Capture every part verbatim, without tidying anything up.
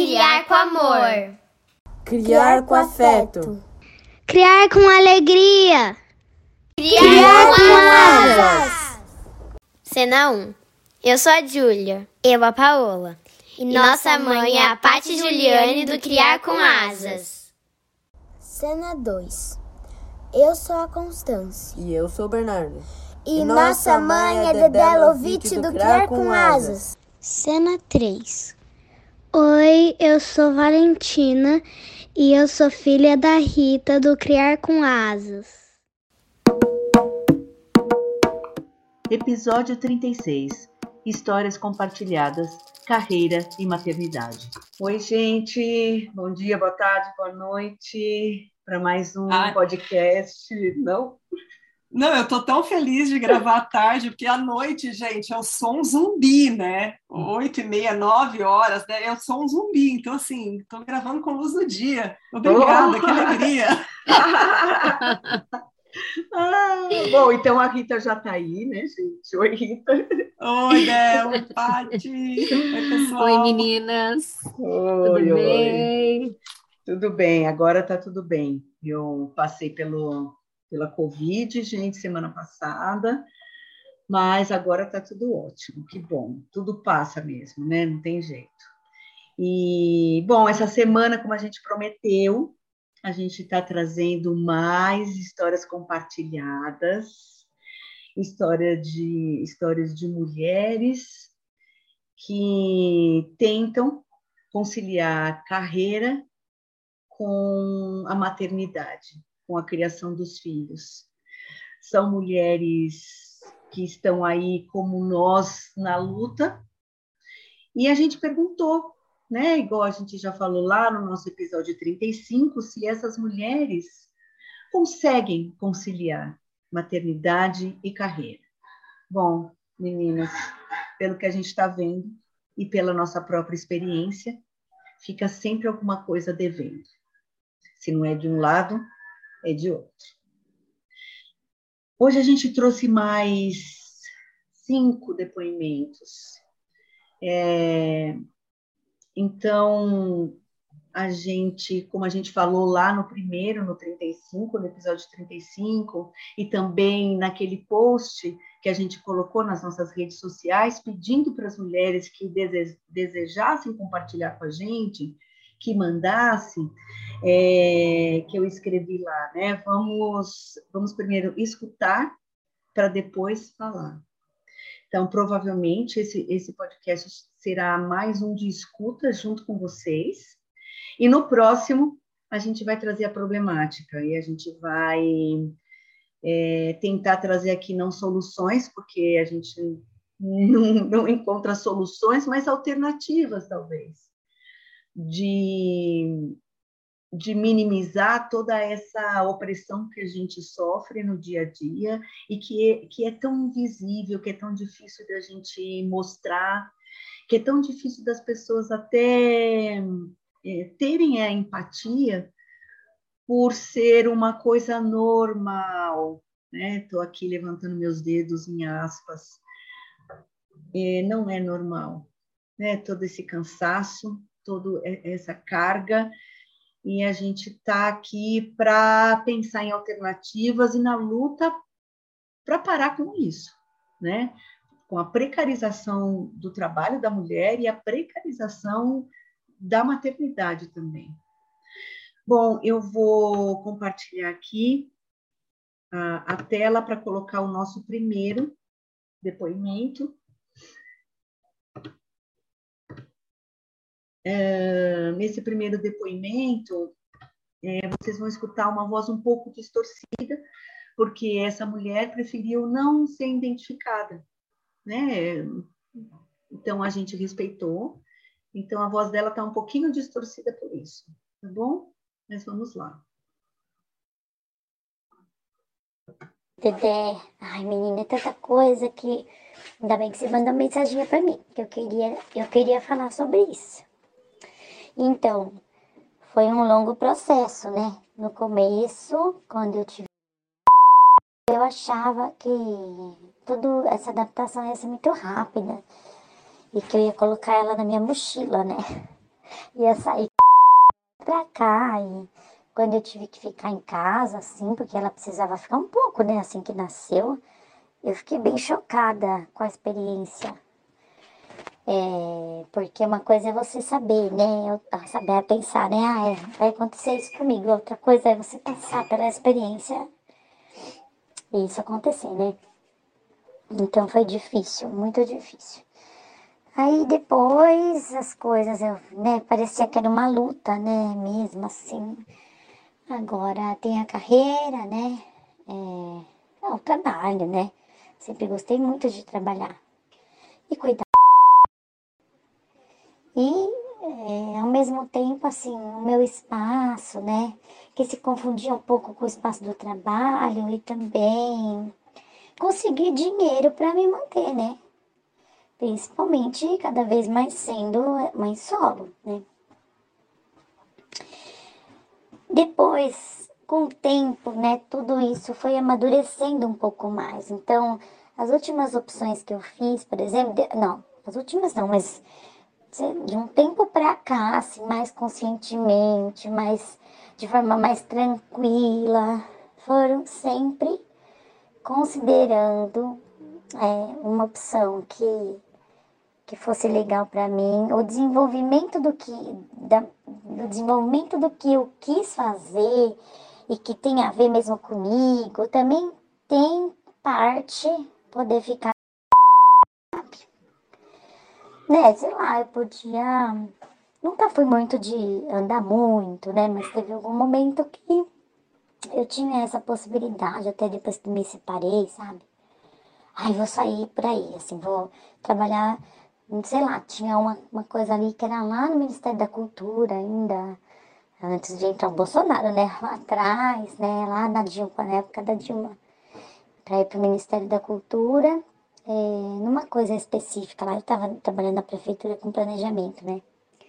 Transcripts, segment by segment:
criar com amor. Criar com afeto. Criar com alegria. Criar, Criar com, com asas. asas. Cena um. Eu sou a Júlia. Eu a Paola. E, e nossa mãe é a Paty Juliane do Criar com Asas. Cena dois. Eu sou a Constância. E eu sou o Bernardo. E, e nossa mãe é Dedé Lovitch do Criar com Asas. Cena três. Oi, eu sou Valentina e eu sou filha da Rita do Criar com Asas. Episódio trinta e seis. Histórias compartilhadas, carreira e maternidade. Oi, gente. Bom dia, boa tarde, boa noite para mais um Ai. podcast. Não? Não, eu tô tão feliz de gravar à tarde, porque à noite, gente, eu sou um zumbi, né? Oito e meia, nove horas, né? Eu sou um zumbi, então assim, tô gravando com luz do dia. Obrigada, oh. Que alegria! Ah, bom, então a Rita já tá aí, né, gente? Oi, Rita. Oi, Bel, oi, Paty. Oi, pessoal. Oi, meninas. Oi, tudo oi. bem? Tudo bem, agora tá tudo bem. Eu passei pelo, pela Covid, gente, semana passada, mas agora tá tudo ótimo, que bom. Tudo passa mesmo, né? Não tem jeito. E, bom, essa semana, como a gente prometeu, a gente está trazendo mais histórias compartilhadas, história de, histórias de mulheres que tentam conciliar a carreira com a maternidade, com a criação dos filhos. São mulheres que estão aí como nós na luta, e a gente perguntou, né, igual a gente já falou lá no nosso episódio trinta e cinco, se essas mulheres conseguem conciliar maternidade e carreira. Bom, meninas, pelo que a gente está vendo e pela nossa própria experiência, fica sempre alguma coisa devendo. Se não é de um lado, é de outro. Hoje a gente trouxe mais cinco depoimentos. É... Então, a gente, como a gente falou lá no primeiro, no trinta e cinco, no episódio trinta e cinco, e também naquele post que a gente colocou nas nossas redes sociais, pedindo para as mulheres que dese- desejassem compartilhar com a gente, que mandassem, é, que eu escrevi lá, né? Vamos, vamos primeiro escutar para depois falar. Então, provavelmente, esse, esse podcast será mais um de escuta junto com vocês. E no próximo, a gente vai trazer a problemática. E a gente vai é, tentar trazer aqui não soluções, porque a gente não, não encontra soluções, mas alternativas, talvez, de... de minimizar toda essa opressão que a gente sofre no dia a dia e que é, que é tão invisível, que é tão difícil da gente mostrar, que é tão difícil das pessoas até é, terem a empatia por ser uma coisa normal, né? Estou aqui levantando meus dedos em aspas. É, não é normal, né? Todo esse cansaço, toda essa carga. E a gente está aqui para pensar em alternativas e na luta para parar com isso, né? Com a precarização do trabalho da mulher e a precarização da maternidade também. Bom, eu vou compartilhar aqui a, a tela para colocar o nosso primeiro depoimento. É, nesse primeiro depoimento, é, vocês vão escutar uma voz um pouco distorcida, porque essa mulher preferiu não ser identificada, né? Então, a gente respeitou. Então, a voz dela está um pouquinho distorcida por isso, tá bom? Mas vamos lá. Dedé, ai menina, é tanta coisa que... Ainda bem que você mandou mensagem para mim, que eu queria, eu queria falar sobre isso. Então, foi um longo processo, né? No começo, quando eu tive... Eu achava que toda essa adaptação ia ser muito rápida. E que eu ia colocar ela na minha mochila, né? ia sair pra cá. E quando eu tive que ficar em casa, assim, porque ela precisava ficar um pouco, né, assim que nasceu, eu fiquei bem chocada com a experiência. É, porque uma coisa é você saber, né, eu, saber pensar, né, ah, é, vai acontecer isso comigo. Outra coisa é você passar pela experiência e isso acontecer, né. Então foi difícil, muito difícil. Aí depois as coisas, eu, né, parecia que era uma luta, né, mesmo assim. Agora tem a carreira, né, é, é o trabalho, né. Sempre gostei muito de trabalhar e cuidar. E é, ao mesmo tempo, assim, o meu espaço, né, que se confundia um pouco com o espaço do trabalho e também conseguir dinheiro para me manter, né. Principalmente cada vez mais sendo mãe solo, né. Depois, com o tempo, né, tudo isso foi amadurecendo um pouco mais. Então, as últimas opções que eu fiz, por exemplo, de, não, as últimas não, mas de um tempo para cá, assim, mais conscientemente, mais, de forma mais tranquila, foram sempre considerando é, uma opção que que fosse legal para mim, o desenvolvimento do que da, do desenvolvimento do que eu quis fazer e que tem a ver mesmo comigo, também tem parte poder ficar, né, sei lá, eu podia, nunca fui muito de andar muito, né, mas teve algum momento que eu tinha essa possibilidade, até depois que me separei, sabe? Ai, vou sair por aí, assim, vou trabalhar, sei lá, tinha uma, uma coisa ali que era lá no Ministério da Cultura ainda, antes de entrar o Bolsonaro, né, lá atrás, né, lá na Dilma, na época da Dilma, para ir para o Ministério da Cultura, é, numa coisa específica lá, eu estava trabalhando na prefeitura com planejamento, né.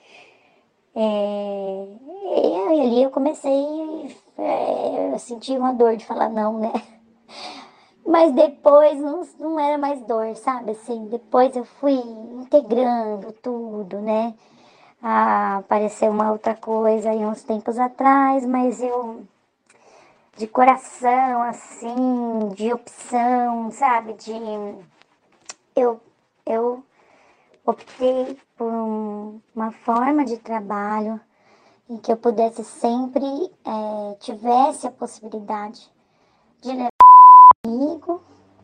É, e ali eu comecei, é, eu senti uma dor de falar não, né. Mas depois não, não era mais dor, sabe? Assim, depois eu fui integrando tudo, né? Ah, apareceu uma outra coisa aí uns tempos atrás, mas eu, de coração, assim, de opção, sabe? De, eu, eu optei por um, uma forma de trabalho em que eu pudesse sempre, é, tivesse a possibilidade de levar comigo.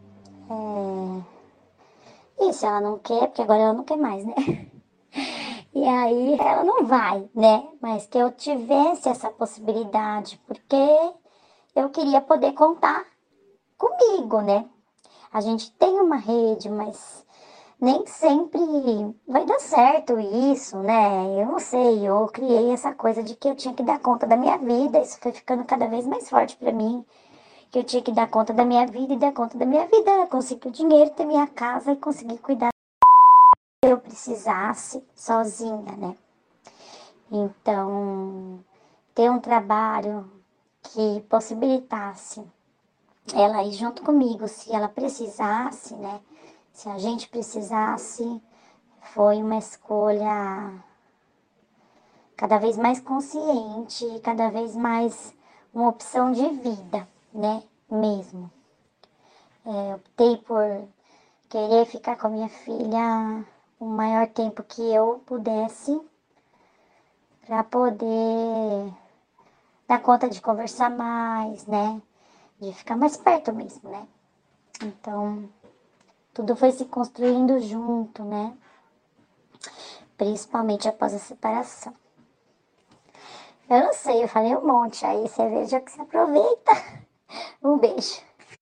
É... E se ela não quer, porque agora ela não quer mais, né? E aí ela não vai, né? Mas que eu tivesse essa possibilidade, porque eu queria poder contar comigo, né? A gente tem uma rede, mas nem sempre vai dar certo isso, né? Eu não sei, eu criei essa coisa de que eu tinha que dar conta da minha vida, isso foi ficando cada vez mais forte pra mim. Que eu tinha que dar conta da minha vida e dar conta da minha vida, conseguir o dinheiro, ter minha casa e conseguir cuidar se eu precisasse sozinha, né? Então, ter um trabalho que possibilitasse ela ir junto comigo, se ela precisasse, né? Se a gente precisasse, foi uma escolha cada vez mais consciente, cada vez mais uma opção de vida, né, mesmo. É, optei por querer ficar com a minha filha o maior tempo que eu pudesse, para poder dar conta de conversar mais, né, de ficar mais perto mesmo, né. Então, tudo foi se construindo junto, né, principalmente após a separação. Eu não sei, eu falei um monte, aí você veja que se aproveita. Um beijo.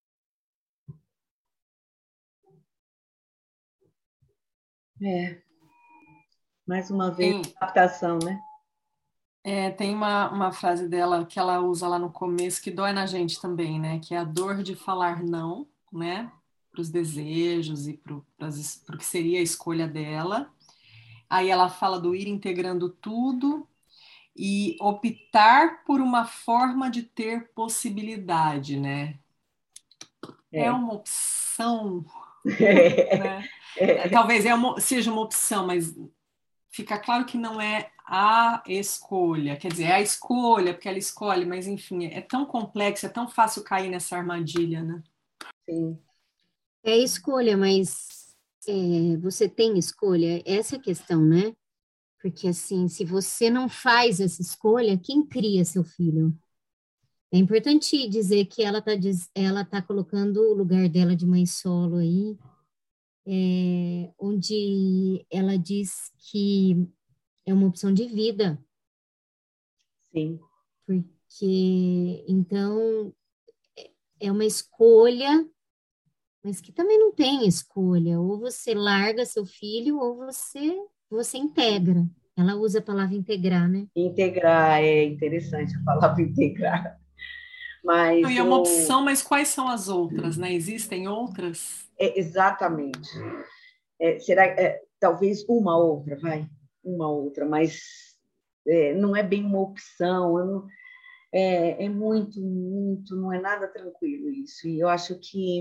É, mais uma vez, tem, adaptação, né? É, tem uma, uma frase dela que ela usa lá no começo que dói na gente também, né? Que é a dor de falar não, né? Para os desejos e para o que seria a escolha dela. Aí ela fala do ir integrando tudo e optar por uma forma de ter possibilidade, né? É, é uma opção, é. né? É. Talvez é uma, seja uma opção, mas fica claro que não é a escolha, quer dizer, é a escolha, porque ela escolhe, mas enfim, é tão complexo, é tão fácil cair nessa armadilha, né? Sim. É escolha, mas é, você tem escolha? Essa é a questão, né? Porque, assim, se você não faz essa escolha, quem cria seu filho? É importante dizer que ela está ela tá colocando o lugar dela de mãe solo aí, é, onde ela diz que é uma opção de vida. Sim. Porque, então, é uma escolha, mas que também não tem escolha. Ou você larga seu filho, ou você, você integra. Ela usa a palavra integrar, né? Integrar, é interessante a palavra integrar. Mas e é uma opção, mas quais são as outras, né? Existem outras? É, exatamente. É, será é, talvez uma outra, vai, uma outra, mas é, não é bem uma opção. Não, é, é muito, muito, não é nada tranquilo isso. E eu acho que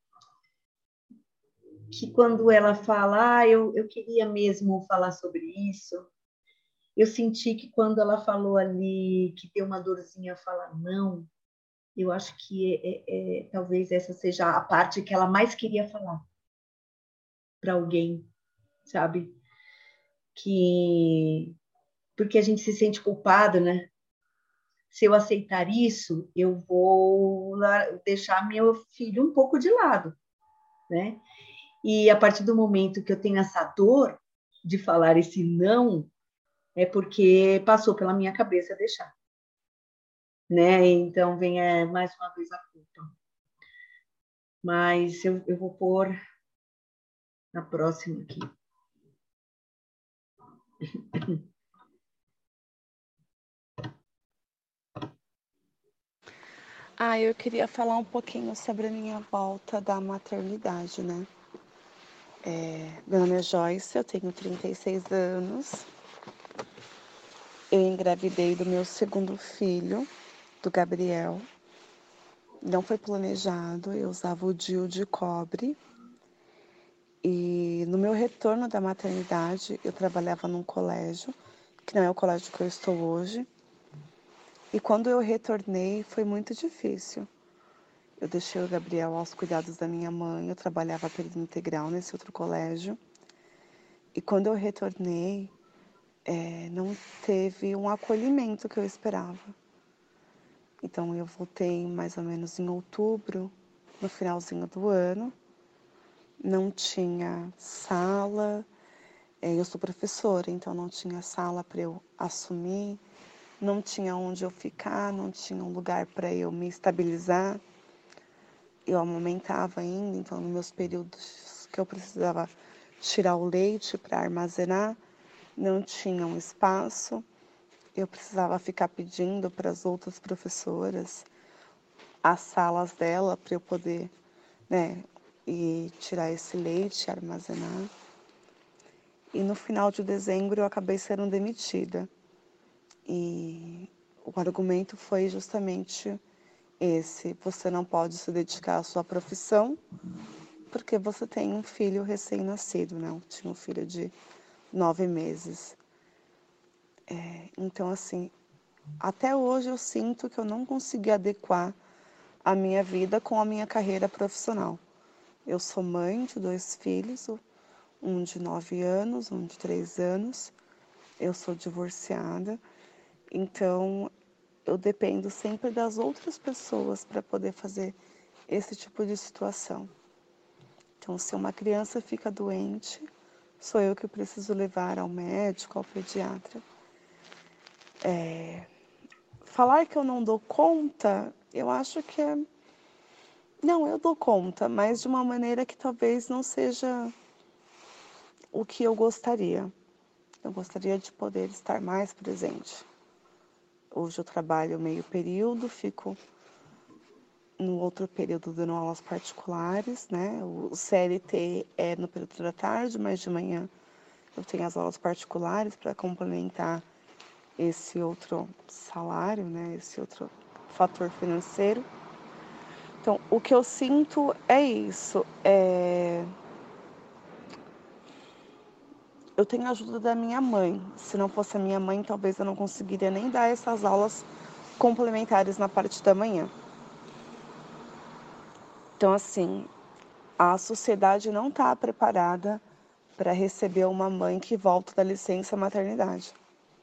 que quando ela fala, ah, eu, eu queria mesmo falar sobre isso, eu senti que quando ela falou ali que deu uma dorzinha, falar não, eu acho que é, é, é, talvez essa seja a parte que ela mais queria falar para alguém, sabe? Que porque a gente se sente culpado, né? Se eu aceitar isso, eu vou deixar meu filho um pouco de lado, né? E a partir do momento que eu tenho essa dor de falar esse não, é porque passou pela minha cabeça deixar, né? Então vem é, mais uma vez a culpa. Mas eu, eu vou pôr na próxima aqui. Ah, eu queria falar um pouquinho sobre a minha volta da maternidade, né? É, meu nome é Joyce, eu tenho trinta e seis anos. Eu engravidei do meu segundo filho, do Gabriel. Não foi planejado, eu usava o D I U de cobre. E no meu retorno da maternidade, eu trabalhava num colégio, que não é o colégio que eu estou hoje. E quando eu retornei, foi muito difícil. Eu deixei o Gabriel aos cuidados da minha mãe, eu trabalhava período integral nesse outro colégio. E quando eu retornei, é, não teve um acolhimento que eu esperava. Então eu voltei mais ou menos em outubro, no finalzinho do ano. Não tinha sala, é, eu sou professora, então não tinha sala para eu assumir, não tinha onde eu ficar, não tinha um lugar para eu me estabilizar. Eu amamentava ainda, então nos meus períodos que eu precisava tirar o leite para armazenar, não tinha um espaço. Eu precisava ficar pedindo para as outras professoras as salas dela para eu poder, né, ir tirar esse leite, armazenar. E no final de dezembro eu acabei sendo demitida. E o argumento foi justamente esse: você não pode se dedicar à sua profissão porque você tem um filho recém-nascido, né? Eu tinha um filho de nove meses. É, então, assim, até hoje eu sinto que eu não consegui adequar a minha vida com a minha carreira profissional. Eu sou mãe de dois filhos, um de nove anos, um de três anos. Eu sou divorciada, então eu dependo sempre das outras pessoas para poder fazer esse tipo de situação. Então, se uma criança fica doente, sou eu que preciso levar ao médico, ao pediatra. É... Falar que eu não dou conta, eu acho que é... Não, eu dou conta, mas de uma maneira que talvez não seja o que eu gostaria. Eu gostaria de poder estar mais presente. Hoje eu trabalho meio período, fico no outro período dando aulas particulares, né? O C L T é no período da tarde, mas de manhã eu tenho as aulas particulares para complementar esse outro salário, né? Esse outro fator financeiro. Então, o que eu sinto é isso. É... eu tenho a ajuda da minha mãe. Se não fosse a minha mãe, talvez eu não conseguiria nem dar essas aulas complementares na parte da manhã. Então, assim, a sociedade não está preparada para receber uma mãe que volta da licença maternidade.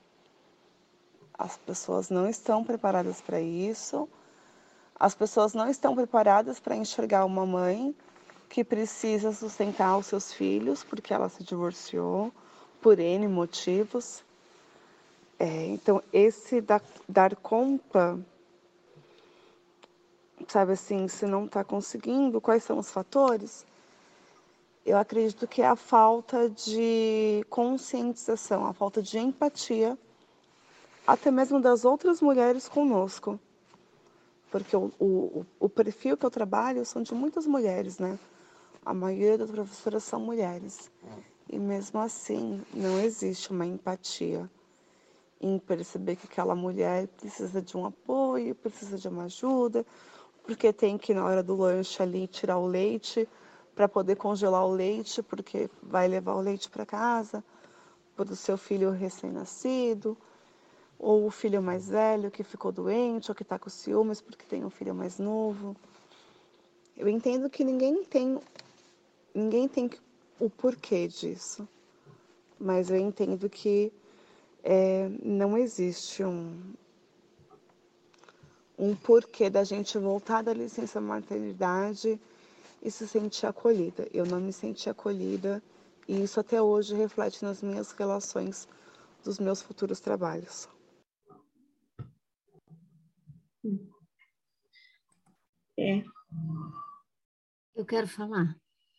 As pessoas não estão preparadas para isso. As pessoas não estão preparadas para enxergar uma mãe que precisa sustentar os seus filhos porque ela se divorciou por N motivos. É, então, esse da, dar conta, sabe assim, se não está conseguindo, quais são os fatores? Eu acredito que é a falta de conscientização, a falta de empatia, até mesmo das outras mulheres conosco. Porque o, o, o perfil que eu trabalho são de muitas mulheres, né? A maioria das professoras são mulheres. E mesmo assim, não existe uma empatia em perceber que aquela mulher precisa de um apoio, precisa de uma ajuda, porque tem que, na hora do lanche ali, tirar o leite para poder congelar o leite, porque vai levar o leite para casa, para o seu filho recém-nascido, ou o filho mais velho que ficou doente, ou que está com ciúmes porque tem um filho mais novo. Eu entendo que ninguém tem, ninguém tem o porquê disso, mas eu entendo que é, não existe um, um porquê da gente voltar da licença maternidade e se sentir acolhida. Eu não me senti acolhida e isso até hoje reflete nas minhas relações dos meus futuros trabalhos. É. Eu quero falar.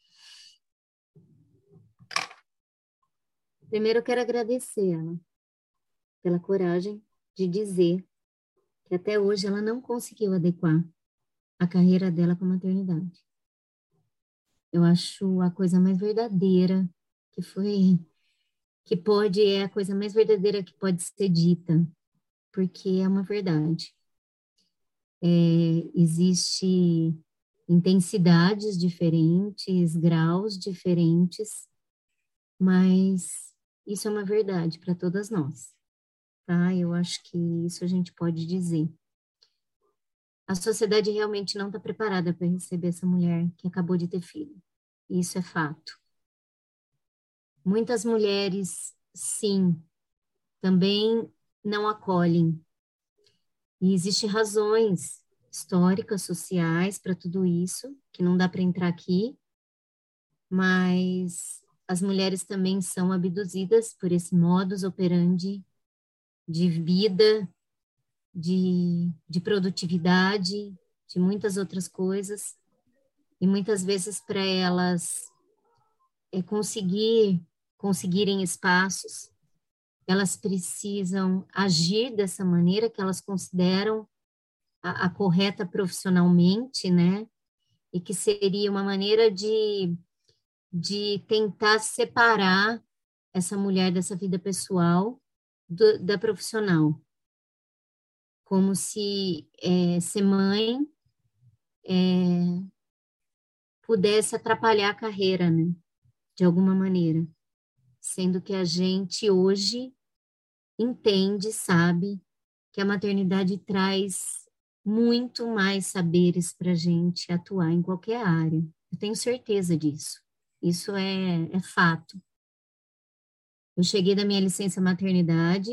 Primeiro eu quero agradecer ela pela coragem de dizer que até hoje ela não conseguiu adequar a carreira dela com a maternidade. Eu acho a coisa mais verdadeira que foi, que pode, é a coisa mais verdadeira que pode ser dita, porque é uma verdade. É, existe intensidades diferentes, graus diferentes, mas isso é uma verdade para todas nós, tá? Eu acho que isso a gente pode dizer. A sociedade realmente não está preparada para receber essa mulher que acabou de ter filho. Isso é fato. Muitas mulheres, sim, também não acolhem. E existem razões históricas, sociais para tudo isso, que não dá para entrar aqui, mas as mulheres também são abduzidas por esse modus operandi de vida, de, de produtividade, de muitas outras coisas, e muitas vezes para elas é, conseguir, conseguirem espaços, elas precisam agir dessa maneira que elas consideram a, a correta profissionalmente, né? E que seria uma maneira de, de tentar separar essa mulher dessa vida pessoal do, da profissional. Como se é, ser mãe é, pudesse atrapalhar a carreira, né? De alguma maneira. Sendo que a gente hoje entende, sabe, que a maternidade traz muito mais saberes para a gente atuar em qualquer área. Eu tenho certeza disso. Isso é, é fato. Eu cheguei da minha licença maternidade,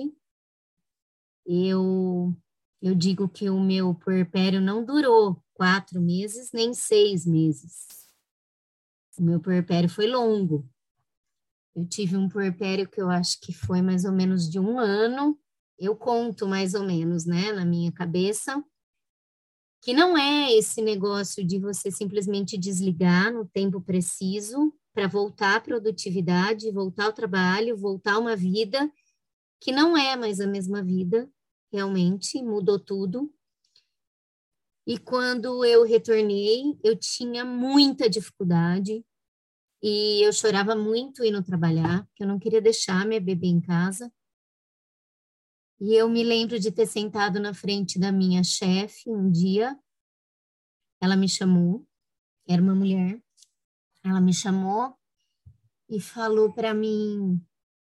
eu, eu digo que o meu puerpério não durou quatro meses, nem seis meses. O meu puerpério foi longo. Eu tive um puerpério que eu acho que foi mais ou menos de um ano. Eu conto mais ou menos, né, na minha cabeça, que não é esse negócio de você simplesmente desligar no tempo preciso para voltar à produtividade, voltar ao trabalho, voltar a uma vida que não é mais a mesma vida, realmente, mudou tudo. E quando eu retornei, eu tinha muita dificuldade e eu chorava muito indo trabalhar, porque eu não queria deixar minha bebê em casa. E eu me lembro de ter sentado na frente da minha chefe um dia, ela me chamou, era uma mulher, ela me chamou e falou para mim,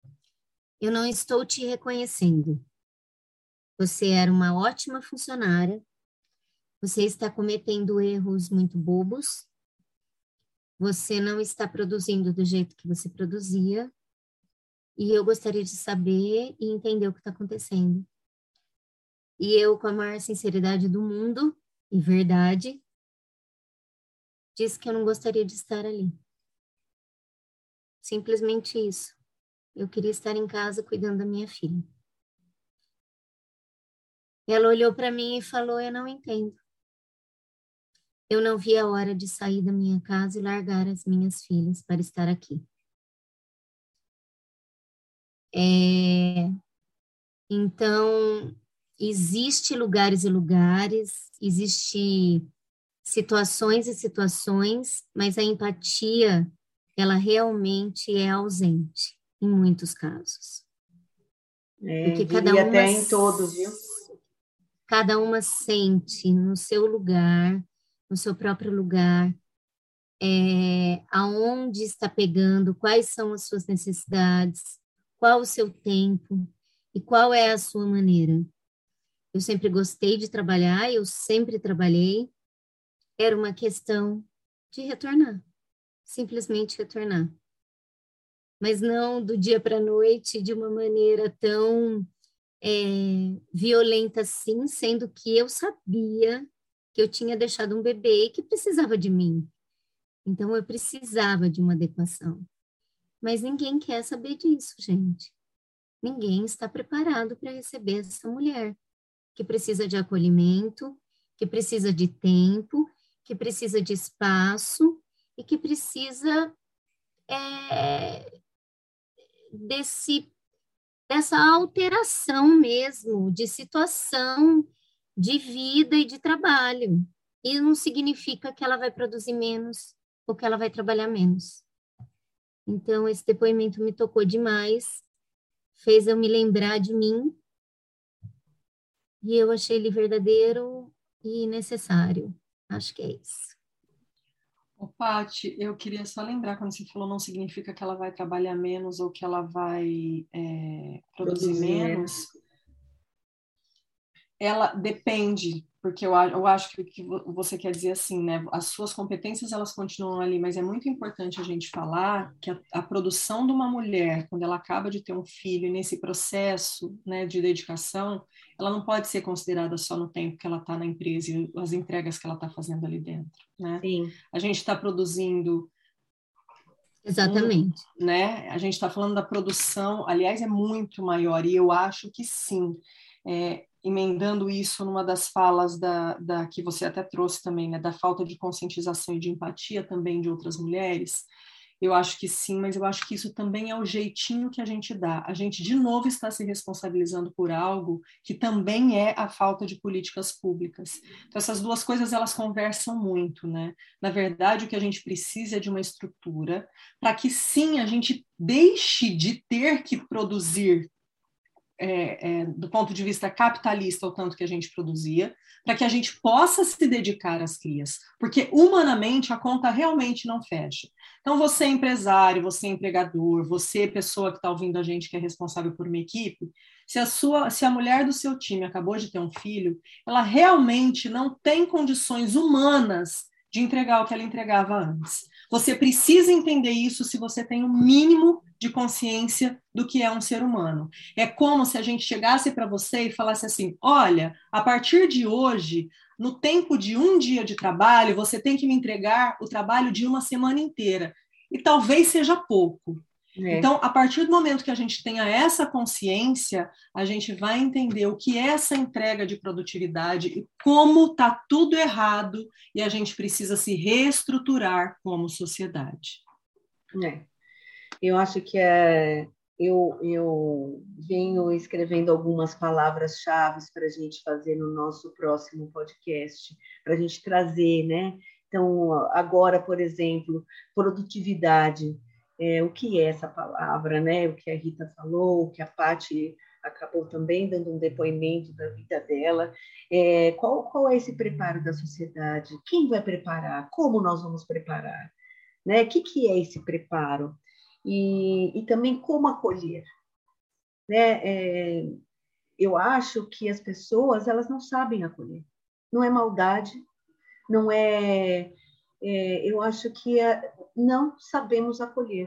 eu não estou te reconhecendo. Você era uma ótima funcionária, você está cometendo erros muito bobos, você não está produzindo do jeito que você produzia, e eu gostaria de saber e entender o que está acontecendo. E eu, com a maior sinceridade do mundo e verdade, disse que eu não gostaria de estar ali. Simplesmente isso. Eu queria estar em casa cuidando da minha filha. Ela olhou para mim e falou, eu não entendo. Eu não vi a hora de sair da minha casa e largar as minhas filhas para estar aqui. É... Então, existe lugares e lugares, existe situações e situações, mas a empatia, ela realmente é ausente em muitos casos. É, Porque cada uma, até em todos, viu? Cada uma sente no seu lugar, no seu próprio lugar, é, aonde está pegando, quais são as suas necessidades, qual o seu tempo e qual é a sua maneira. Eu sempre gostei de trabalhar, eu sempre trabalhei, era uma questão de retornar, simplesmente retornar. Mas não do dia para a noite, de uma maneira tão é, violenta assim, sendo que eu sabia que eu tinha deixado um bebê que precisava de mim. Então, eu precisava de uma adequação. Mas ninguém quer saber disso, gente. Ninguém está preparado para receber essa mulher, que precisa de acolhimento, que precisa de tempo, que precisa de espaço e que precisa é, desse, dessa alteração mesmo, de situação, de vida e de trabalho. E não significa que ela vai produzir menos ou que ela vai trabalhar menos. Então, esse depoimento me tocou demais, fez eu me lembrar de mim, e eu achei ele verdadeiro e necessário. Acho que é isso. Ô, Paty, eu queria só lembrar, quando você falou não significa que ela vai trabalhar menos ou que ela vai é, produzir, produzir menos. menos. Ela depende, porque eu, eu acho que o que você quer dizer assim, né? As suas competências, elas continuam ali, mas é muito importante a gente falar que a, a produção de uma mulher, quando ela acaba de ter um filho, e nesse processo, né, de dedicação, ela não pode ser considerada só no tempo que ela está na empresa e as entregas que ela está fazendo ali dentro, né? Sim. A gente está produzindo... Exatamente. Um, né? A gente está falando da produção, aliás, é muito maior, e eu acho que sim. É, emendando isso numa das falas da, da, que você até trouxe também, né, da falta de conscientização e de empatia também de outras mulheres, eu acho que sim, mas eu acho que isso também é o jeitinho que a gente dá. A gente, de novo, está se responsabilizando por algo que também é a falta de políticas públicas. Então, essas duas coisas, elas conversam muito, né? Na verdade, o que a gente precisa é de uma estrutura para que, sim, a gente deixe de ter que produzir É, é, do ponto de vista capitalista, o tanto que a gente produzia, para que a gente possa se dedicar às crias, porque humanamente a conta realmente não fecha. Então, você é empresário, você é empregador, você, pessoa que está ouvindo a gente, que é responsável por uma equipe, se a, sua, se a mulher do seu time acabou de ter um filho, ela realmente não tem condições humanas de entregar o que ela entregava antes. Você precisa entender isso se você tem um mínimo de consciência do que é um ser humano. É como se a gente chegasse para você e falasse assim, olha, a partir de hoje, no tempo de um dia de trabalho, você tem que me entregar o trabalho de uma semana inteira. E talvez seja pouco. É. Então, a partir do momento que a gente tenha essa consciência, a gente vai entender o que é essa entrega de produtividade e como está tudo errado e a gente precisa se reestruturar como sociedade. É. Eu acho que é, eu, eu venho escrevendo algumas palavras-chave para a gente fazer no nosso próximo podcast, para a gente trazer, né? Então, agora, por exemplo, produtividade. É, o que é essa palavra, né? O que a Rita falou, o que a Paty acabou também dando um depoimento da vida dela. É, qual, qual é esse preparo da sociedade? Quem vai preparar? Como nós vamos preparar? Né? O que, que é esse preparo? E, e também como acolher. né? É, eu acho que as pessoas, elas não sabem acolher. Não é maldade, não é... é eu acho que é, não sabemos acolher.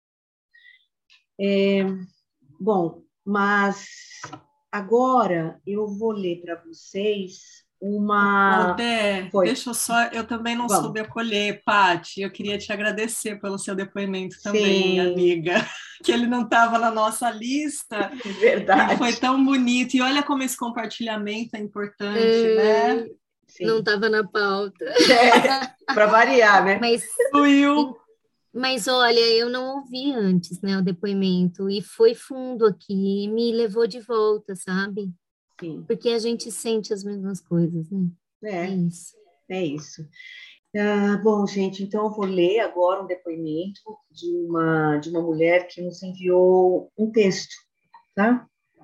É, bom, mas agora eu vou ler para vocês uma... Oh, Dé, deixa eu só... Eu também não Vamos. soube acolher, Paty. Eu queria te agradecer pelo seu depoimento também, Sim. amiga. Que ele não estava na nossa lista. Verdade. E foi tão bonito. E olha como esse compartilhamento é importante, hum, né? Sim. Não estava na pauta. É, para variar, né? Mas... Fluiu. Mas olha, eu não ouvi antes, né, o depoimento, e foi fundo aqui, e me levou de volta, sabe? Sim. Porque a gente sente as mesmas coisas, né? É, é isso. É isso. Ah, bom, gente, então eu vou ler agora um depoimento de uma, de uma mulher que nos enviou um texto, tá?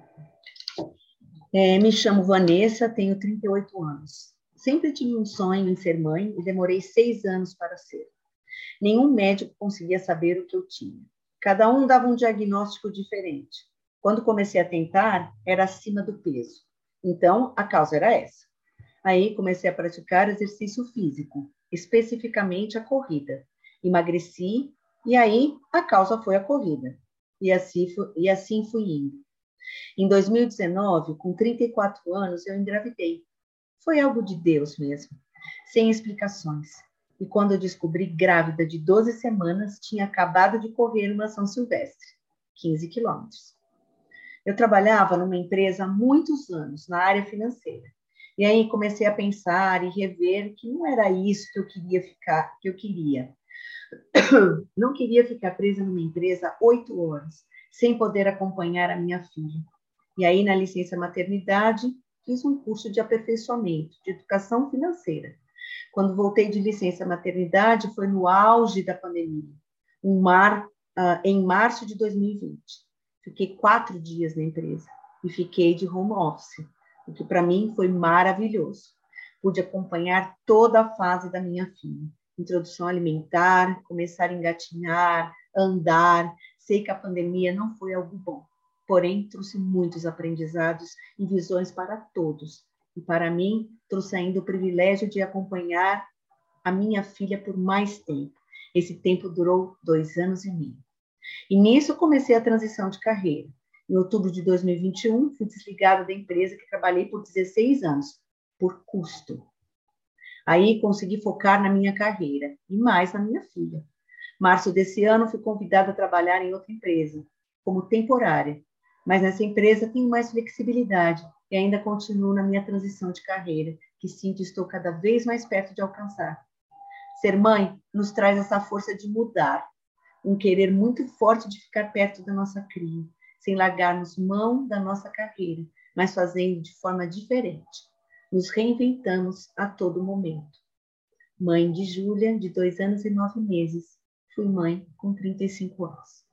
É, me chamo Vanessa, tenho trinta e oito anos. Sempre tive um sonho em ser mãe e demorei seis anos para ser. Nenhum médico conseguia saber o que eu tinha. Cada um dava um diagnóstico diferente. Quando comecei a tentar, era acima do peso. Então, a causa era essa. Aí, comecei a praticar exercício físico, especificamente a corrida. Emagreci, e aí, a causa foi a corrida. E assim, e assim fui indo. Em dois mil e dezenove, com trinta e quatro anos, eu engravidei. Foi algo de Deus mesmo, sem explicações. E quando eu descobri grávida de doze semanas, tinha acabado de correr uma São Silvestre, quinze quilômetros. Eu trabalhava numa empresa há muitos anos, na área financeira. E aí comecei a pensar e rever que não era isso que eu queria ficar, que eu queria. Não queria ficar presa numa empresa oito horas, sem poder acompanhar a minha filha. E aí, na licença maternidade, fiz um curso de aperfeiçoamento, de educação financeira. Quando voltei de licença maternidade, foi no auge da pandemia, um mar, uh, em março de dois mil e vinte. Fiquei quatro dias na empresa e fiquei de home office, o que para mim foi maravilhoso. Pude acompanhar toda a fase da minha filha. Introdução alimentar, começar a engatinhar, andar. Sei que a pandemia não foi algo bom, porém trouxe muitos aprendizados e visões para todos. E para mim, trouxe ainda o privilégio de acompanhar a minha filha por mais tempo. Esse tempo durou dois anos e meio. E nisso comecei a transição de carreira. Em outubro de dois mil e vinte e um, fui desligada da empresa que trabalhei por dezesseis anos, por custo. Aí consegui focar na minha carreira e mais na minha filha. Março desse ano, fui convidada a trabalhar em outra empresa, como temporária. Mas nessa empresa tenho mais flexibilidade e ainda continuo na minha transição de carreira, que sinto estou cada vez mais perto de alcançar. Ser mãe nos traz essa força de mudar, um querer muito forte de ficar perto da nossa cria, sem largarmos mão da nossa carreira, mas fazendo de forma diferente. Nos reinventamos a todo momento. Mãe de Júlia, de dois anos e nove meses. Fui mãe com trinta e cinco anos.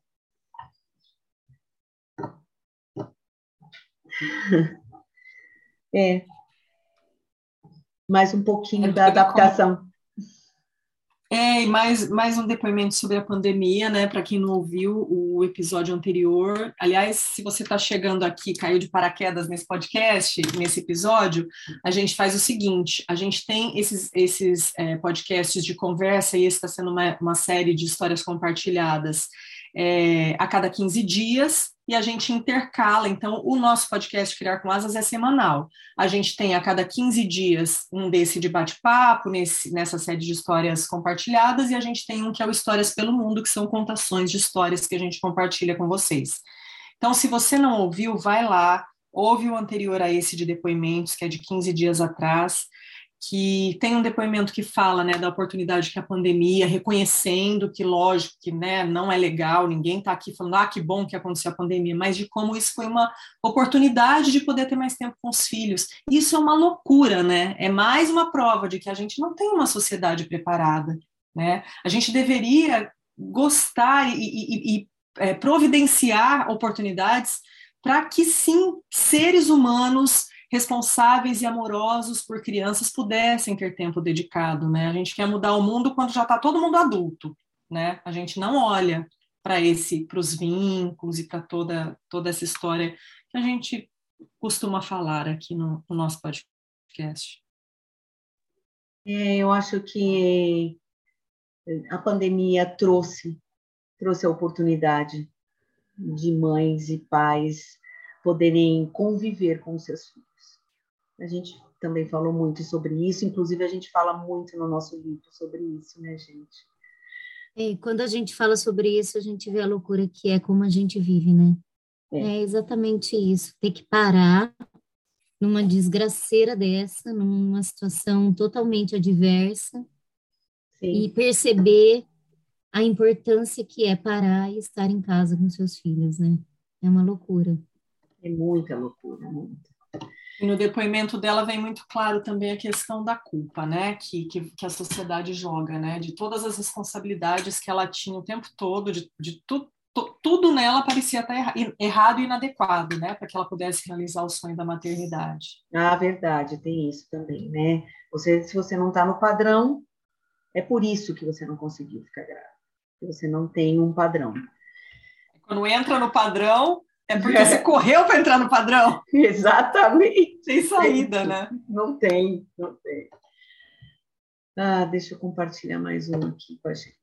É. Mais um pouquinho é, da adaptação. Como... É, e mais, mais um depoimento sobre a pandemia, né? Para quem não ouviu o episódio anterior. Aliás, se você está chegando aqui, caiu de paraquedas nesse podcast, nesse episódio, a gente faz o seguinte: a gente tem esses, esses é, podcasts de conversa, e esse está sendo uma, uma série de histórias compartilhadas é, a cada quinze dias. E a gente intercala, então o nosso podcast Criar com Asas é semanal. A gente tem a cada quinze dias um desse de bate-papo, nesse, nessa série de histórias compartilhadas, e a gente tem um que é o Histórias pelo Mundo, que são contações de histórias que a gente compartilha com vocês. Então, se você não ouviu, vai lá, ouve o anterior a esse de depoimentos, que é de quinze dias atrás, que tem um depoimento que fala, né, da oportunidade que a pandemia, reconhecendo que, lógico, que, né, não é legal, ninguém está aqui falando, ah, que bom que aconteceu a pandemia, mas de como isso foi uma oportunidade de poder ter mais tempo com os filhos. Isso é uma loucura, né? É mais uma prova de que a gente não tem uma sociedade preparada, né? A gente deveria gostar e, e, e é, providenciar oportunidades para que, sim, seres humanos responsáveis e amorosos por crianças pudessem ter tempo dedicado, né? A gente quer mudar o mundo quando já está todo mundo adulto, né? A gente não olha para esse, para os vínculos e para toda, toda essa história que a gente costuma falar aqui no, no nosso podcast. É, eu acho que a pandemia trouxe, trouxe a oportunidade de mães e pais poderem conviver com seus filhos. A gente também falou muito sobre isso, inclusive a gente fala muito no nosso livro sobre isso, né, gente? E quando a gente fala sobre isso, a gente vê a loucura que é como a gente vive, né? É, é exatamente isso, ter que parar numa desgraceira dessa, numa situação totalmente adversa, Sim. e perceber a importância que é parar e estar em casa com seus filhos, né? É uma loucura. É muita loucura, muito. E no depoimento dela vem muito claro também a questão da culpa, né? Que, que, que a sociedade joga, né? De todas as responsabilidades que ela tinha o tempo todo, de, de tu, tu, tudo nela parecia estar erra, errado e inadequado, né? Para que ela pudesse realizar o sonho da maternidade. Ah, verdade, tem isso também, né? Você, se você não está no padrão, é por isso que você não conseguiu ficar grávida. Você não tem um padrão. Quando entra no padrão, é porque você correu para entrar no padrão. Exatamente. Sem saída, né? Não tem, não tem. Ah, deixa eu compartilhar mais um aqui com a gente.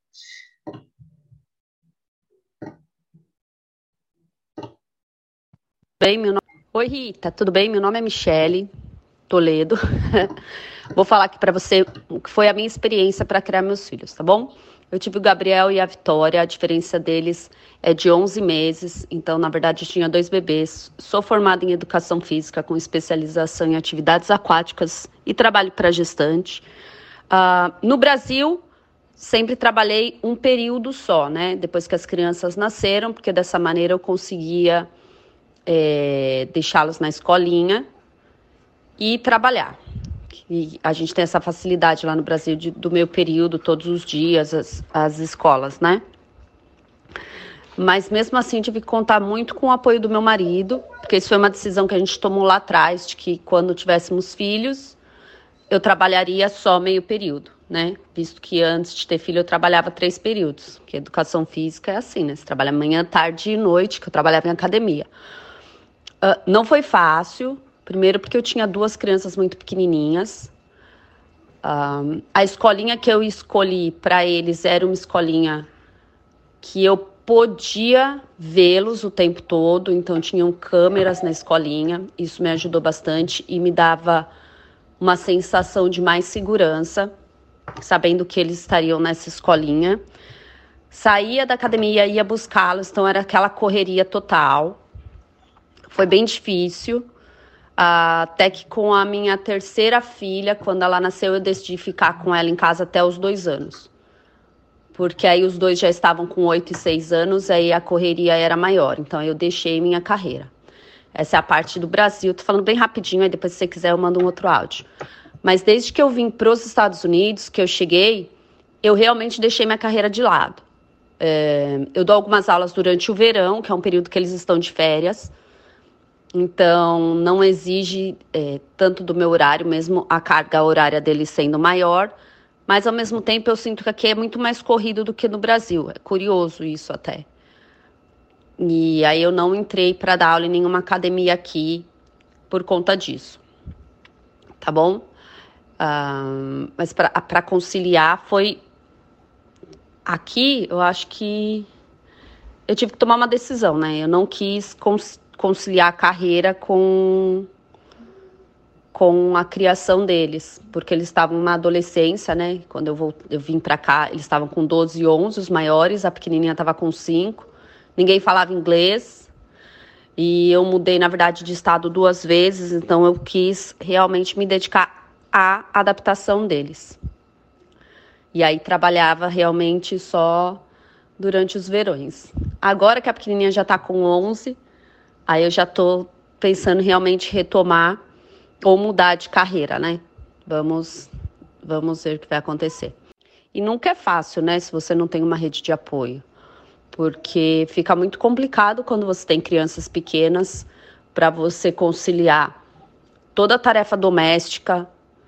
Bem, meu nome... Oi, Rita, tudo bem? Meu nome é Michele Toledo. Vou falar aqui para você o que foi a minha experiência para criar meus filhos, tá bom? Eu tive o Gabriel e a Vitória, a diferença deles é de onze meses, então, na verdade, eu tinha dois bebês. Sou formada em Educação Física, com especialização em atividades aquáticas e trabalho para gestante. Uh, no Brasil, sempre trabalhei um período só, né? Depois que as crianças nasceram, porque dessa maneira eu conseguia é, deixá-los na escolinha e trabalhar. E a gente tem essa facilidade lá no Brasil de, do meu período, todos os dias, as, as escolas, né? Mas mesmo assim tive que contar muito com o apoio do meu marido, porque isso foi uma decisão que a gente tomou lá atrás, de que quando tivéssemos filhos, eu trabalharia só meio período, né? Visto que antes de ter filho eu trabalhava três períodos, porque educação física é assim, né? Você trabalha manhã, tarde e noite, que eu trabalhava em academia. Uh, não foi fácil. Primeiro porque eu tinha duas crianças muito pequenininhas. Um, a escolinha que eu escolhi para eles era uma escolinha que eu podia vê-los o tempo todo. Então, tinham câmeras na escolinha. Isso me ajudou bastante e me dava uma sensação de mais segurança, sabendo que eles estariam nessa escolinha. Saía da academia, ia buscá-los. Então, era aquela correria total. Foi bem difícil. Até que com a minha terceira filha, quando ela nasceu, eu decidi ficar com ela em casa até os dois anos. Porque aí os dois já estavam com oito e seis anos, aí a correria era maior. Então eu deixei minha carreira. Essa é a parte do Brasil. Tô falando bem rapidinho, aí depois se você quiser eu mando um outro áudio. Mas desde que eu vim para os Estados Unidos, que eu cheguei, eu realmente deixei minha carreira de lado. É, eu dou algumas aulas durante o verão, que é um período que eles estão de férias. Então, não exige é, tanto do meu horário, mesmo a carga horária deles sendo maior, mas, ao mesmo tempo, eu sinto que aqui é muito mais corrido do que no Brasil. É curioso isso até. E aí eu não entrei para dar aula em nenhuma academia aqui por conta disso. Tá bom? Ah, mas para conciliar foi... Aqui, eu acho que eu tive que tomar uma decisão, né? Eu não quis... Cons... conciliar a carreira com, com a criação deles, porque eles estavam na adolescência, né? Quando eu, vou, eu vim para cá, eles estavam com doze e onze, os maiores, a pequenininha estava com cinco, ninguém falava inglês, e eu mudei, na verdade, de estado duas vezes, então eu quis realmente me dedicar à adaptação deles. E aí trabalhava realmente só durante os verões. Agora que a pequenininha já está com onze, aí eu já estou pensando em realmente retomar ou mudar de carreira, né? Vamos, vamos ver o que vai acontecer. E nunca é fácil, né? Se você não tem uma rede de apoio. Porque fica muito complicado quando você tem crianças pequenas para você conciliar toda a tarefa doméstica,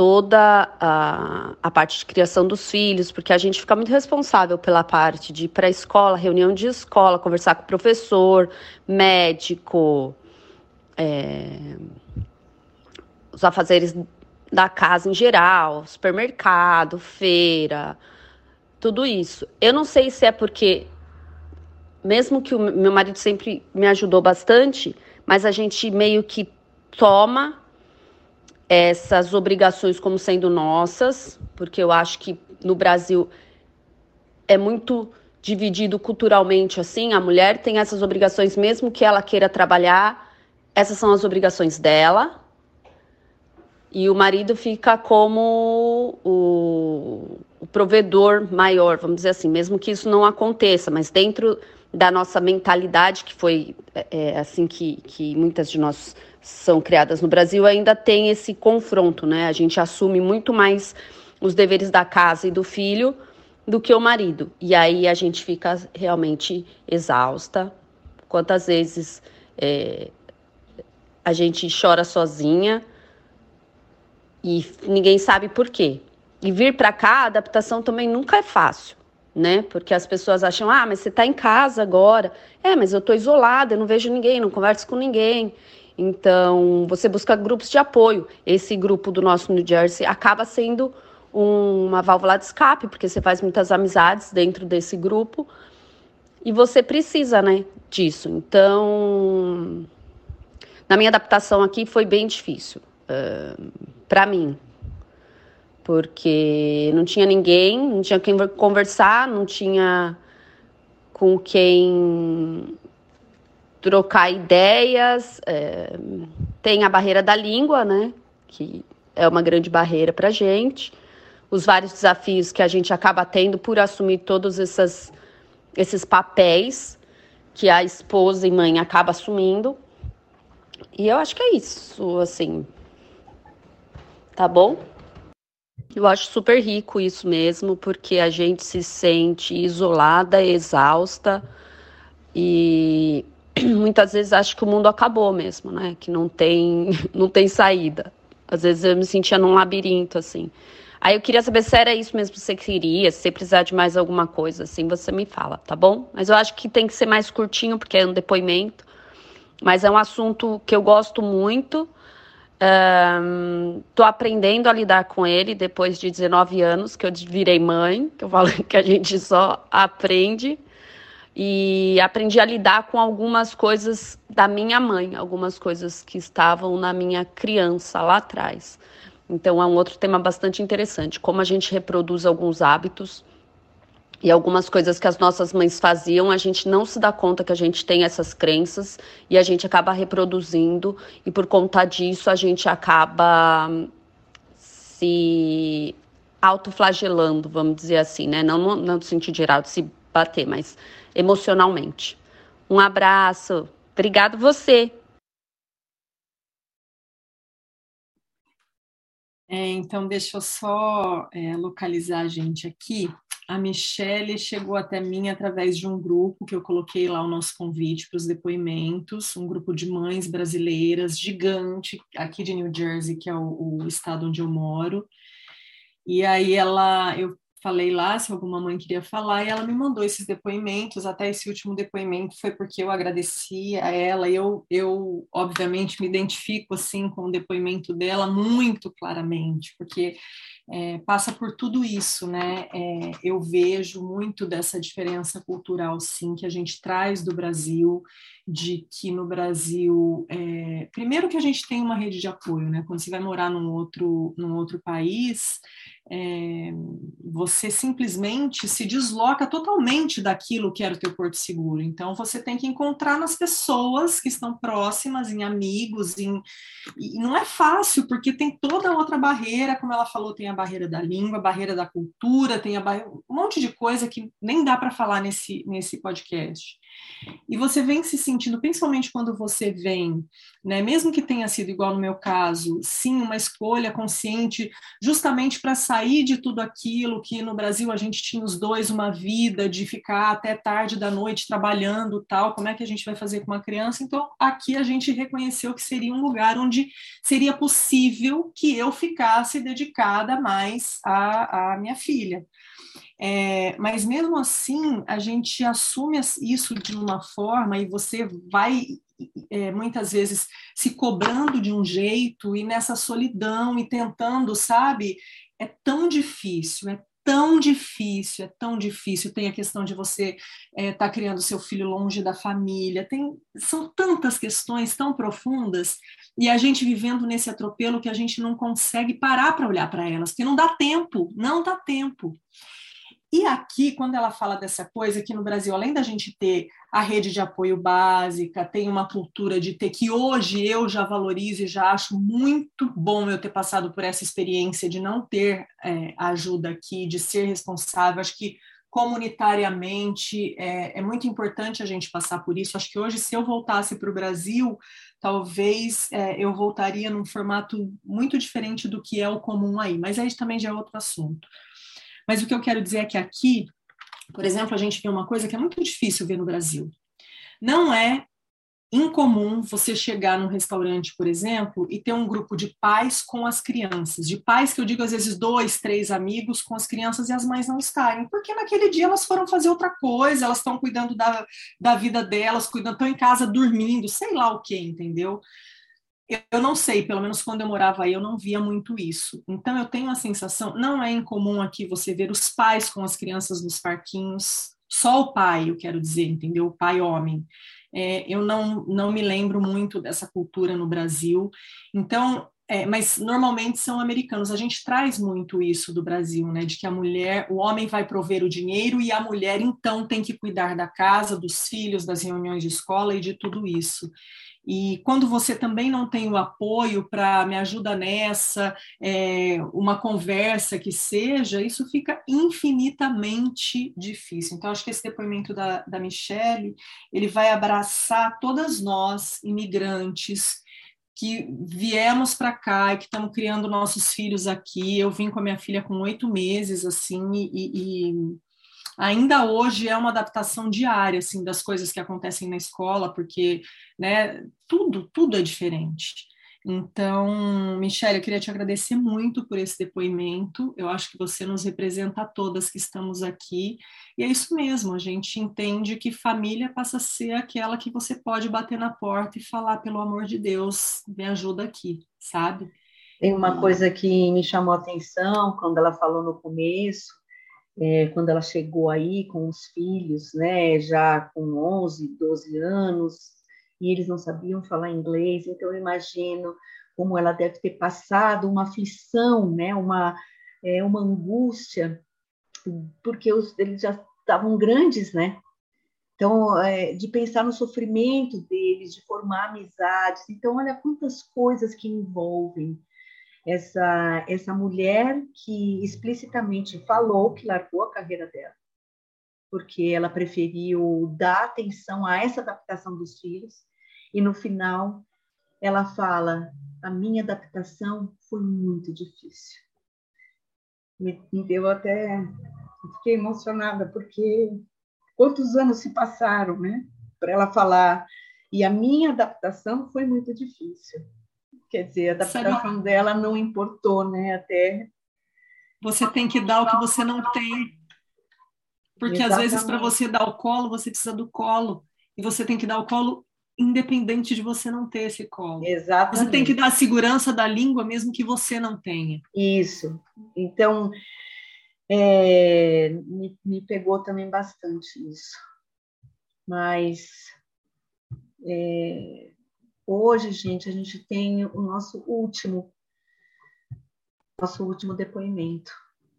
toda a, a parte de criação dos filhos, porque a gente fica muito responsável pela parte de ir para a escola, reunião de escola, conversar com o professor, médico, é, os afazeres da casa em geral, supermercado, feira, tudo isso. Eu não sei se é porque, mesmo que o meu marido sempre me ajudou bastante, mas a gente meio que toma essas obrigações como sendo nossas, porque eu acho que no Brasil é muito dividido culturalmente assim, a mulher tem essas obrigações mesmo que ela queira trabalhar, essas são as obrigações dela, e o marido fica como o, o provedor maior, vamos dizer assim, mesmo que isso não aconteça, mas dentro da nossa mentalidade, que foi é, assim que, que muitas de nós são criadas no Brasil, ainda tem esse confronto, né? A gente assume muito mais os deveres da casa e do filho do que o marido. E aí a gente fica realmente exausta. Quantas vezes é, a gente chora sozinha e ninguém sabe por quê. E vir para cá, a adaptação também nunca é fácil, né? Porque as pessoas acham, ah, mas você está em casa agora. É, mas eu estou isolada, eu não vejo ninguém, não converso com ninguém. Então, você busca grupos de apoio. Esse grupo do nosso New Jersey acaba sendo um, uma válvula de escape, porque você faz muitas amizades dentro desse grupo e você precisa, né, disso. Então, na minha adaptação aqui foi bem difícil, uh, para mim, porque não tinha ninguém, não tinha quem conversar, não tinha com quem trocar ideias, é, tem a barreira da língua, né, que é uma grande barreira para a gente, os vários desafios que a gente acaba tendo por assumir todos essas, esses papéis que a esposa e mãe acaba assumindo, e eu acho que é isso, assim, tá bom? Eu acho super rico isso mesmo, porque a gente se sente isolada, exausta, e muitas vezes acho que o mundo acabou mesmo, né? Que não tem, não tem saída. Às vezes eu me sentia num labirinto, assim. Aí eu queria saber se era isso mesmo que você queria, se você precisar de mais alguma coisa, assim, você me fala, tá bom? Mas eu acho que tem que ser mais curtinho, porque é um depoimento. Mas é um assunto que eu gosto muito. Um, tô aprendendo a lidar com ele depois de dezenove anos, que eu virei mãe, que eu falo que a gente só aprende. E aprendi a lidar com algumas coisas da minha mãe, algumas coisas que estavam na minha criança lá atrás. Então é um outro tema bastante interessante, como a gente reproduz alguns hábitos e algumas coisas que as nossas mães faziam, a gente não se dá conta que a gente tem essas crenças e a gente acaba reproduzindo, e por conta disso a gente acaba se autoflagelando, vamos dizer assim, né? Não no, não no sentido geral de se bater, mas emocionalmente. Um abraço. Obrigado você. É, então, deixa eu só é, localizar a gente aqui. A Michele chegou até mim através de um grupo que eu coloquei lá o nosso convite para os depoimentos, um grupo de mães brasileiras gigante aqui de New Jersey, que é o, o estado onde eu moro. E aí ela, eu falei lá se alguma mãe queria falar, e ela me mandou esses depoimentos. Até esse último depoimento foi porque eu agradeci a ela, e eu, eu obviamente me identifico assim com o depoimento dela muito claramente, porque é, passa por tudo isso, né? É, eu vejo muito dessa diferença cultural, sim, que a gente traz do Brasil, de que no Brasil, é, primeiro que a gente tem uma rede de apoio, né? Quando você vai morar num outro, num outro país, é, você simplesmente se desloca totalmente daquilo que era o teu porto seguro. Então, você tem que encontrar nas pessoas que estão próximas, em amigos, em, e não é fácil, porque tem toda outra barreira, como ela falou, tem a barreira da língua, a barreira da cultura, tem a barreira, um monte de coisa que nem dá para falar nesse, nesse podcast. E você vem se sentindo, principalmente quando você vem, né, mesmo que tenha sido igual no meu caso, sim, uma escolha consciente, justamente para sair sair de tudo aquilo que no Brasil a gente tinha os dois uma vida de ficar até tarde da noite trabalhando, tal, como é que a gente vai fazer com uma criança? Então, aqui a gente reconheceu que seria um lugar onde seria possível que eu ficasse dedicada mais à, à minha filha. É, mas mesmo assim, a gente assume isso de uma forma e você vai, é, muitas vezes, se cobrando de um jeito e nessa solidão e tentando, sabe? É tão difícil, é tão difícil, é tão difícil. Tem a questão de você estar é, tá criando seu filho longe da família, tem, são tantas questões tão profundas e a gente vivendo nesse atropelo que a gente não consegue parar para olhar para elas, porque não dá tempo, não dá tempo. E aqui, quando ela fala dessa coisa, que no Brasil, além da gente ter a rede de apoio básica, tem uma cultura de ter, que hoje eu já valorizo e já acho muito bom eu ter passado por essa experiência de não ter é, ajuda aqui, de ser responsável. Acho que comunitariamente é, é muito importante a gente passar por isso. Acho que hoje, se eu voltasse para o Brasil, talvez é, eu voltaria num formato muito diferente do que é o comum aí, mas aí também já é outro assunto. Mas o que eu quero dizer é que aqui, por exemplo, a gente vê uma coisa que é muito difícil ver no Brasil. Não é incomum você chegar num restaurante, por exemplo, e ter um grupo de pais com as crianças. De pais que eu digo, às vezes, dois, três amigos com as crianças e as mães não estarem. Porque naquele dia elas foram fazer outra coisa, elas estão cuidando da, da vida delas, cuidando, estão em casa dormindo, sei lá o que, entendeu? Eu não sei, pelo menos quando eu morava aí, eu não via muito isso. Então, eu tenho a sensação, não é incomum aqui você ver os pais com as crianças nos parquinhos, só o pai, eu quero dizer, entendeu? O pai homem. É, eu não, não me lembro muito dessa cultura no Brasil. Então, é, mas normalmente são americanos. A gente traz muito isso do Brasil, né? De que a mulher, o homem vai prover o dinheiro e a mulher, então, tem que cuidar da casa, dos filhos, das reuniões de escola e de tudo isso. E quando você também não tem o apoio para me ajuda nessa, é, uma conversa que seja, isso fica infinitamente difícil. Então, acho que esse depoimento da, da Michele, ele vai abraçar todas nós, imigrantes, que viemos para cá e que estamos criando nossos filhos aqui. Eu vim com a minha filha com oito meses, assim, e... e ainda hoje é uma adaptação diária, assim, das coisas que acontecem na escola, porque, né, tudo, tudo é diferente. Então, Michele, eu queria te agradecer muito por esse depoimento. Eu acho que você nos representa a todas que estamos aqui. E é isso mesmo, a gente entende que família passa a ser aquela que você pode bater na porta e falar, pelo amor de Deus, me ajuda aqui, sabe? Tem uma coisa que me chamou a atenção quando ela falou no começo, É, quando ela chegou aí com os filhos, né, já com onze, doze anos, e eles não sabiam falar inglês, então eu imagino como ela deve ter passado uma aflição, né, uma, é, uma angústia, porque os, eles já estavam grandes, né? Então, é, de pensar no sofrimento deles, de formar amizades. Então, olha quantas coisas que envolvem Essa, essa mulher que explicitamente falou que largou a carreira dela, porque ela preferiu dar atenção a essa adaptação dos filhos, e no final ela fala, a minha adaptação foi muito difícil. Me, me deu até... Fiquei emocionada, porque quantos anos se passaram, né? Para ela falar, e a minha adaptação foi muito difícil. Quer dizer, a adaptação Sabe? dela não importou, né? Até você tem que dar o que você não tem. Porque Exatamente. Às vezes para você dar o colo, você precisa do colo. E você tem que dar o colo independente de você não ter esse colo. Exatamente. Você tem que dar a segurança da língua mesmo que você não tenha. Isso. Então, é, me, me pegou também bastante isso. Mas... É, hoje, gente, a gente tem o nosso último, nosso último depoimento.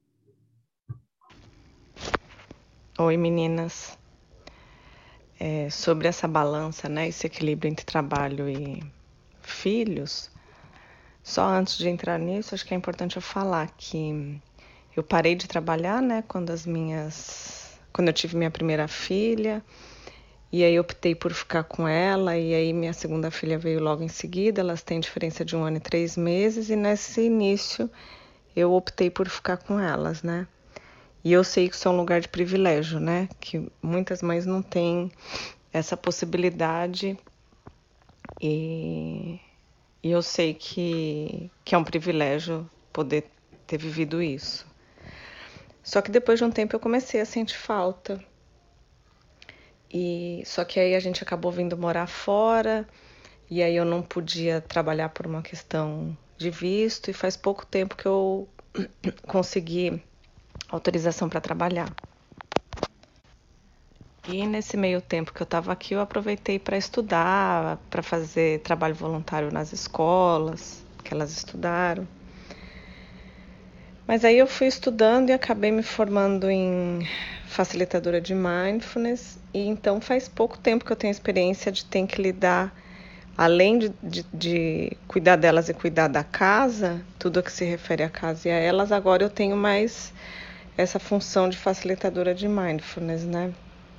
Oi, meninas. É, sobre essa balança, né, esse equilíbrio entre trabalho e filhos, só antes de entrar nisso, acho que é importante eu falar que eu parei de trabalhar, né, quando as minhas, quando eu tive minha primeira filha. E aí optei por ficar com ela, e aí minha segunda filha veio logo em seguida, elas têm diferença de um ano e três meses, e nesse início eu optei por ficar com elas, né? E eu sei que isso é um lugar de privilégio, né? Que muitas mães não têm essa possibilidade e, e eu sei que, que é um privilégio poder ter vivido isso. Só que depois de um tempo eu comecei a sentir falta. E, só que aí a gente acabou vindo morar fora e aí eu não podia trabalhar por uma questão de visto e faz pouco tempo que eu consegui autorização para trabalhar. E nesse meio tempo que eu estava aqui, eu aproveitei para estudar, para fazer trabalho voluntário nas escolas que elas estudaram. Mas aí eu fui estudando e acabei me formando em facilitadora de mindfulness. E então faz pouco tempo que eu tenho experiência de ter que lidar, além de, de, de cuidar delas e cuidar da casa, tudo o que se refere à casa e a elas, agora eu tenho mais essa função de facilitadora de mindfulness, né?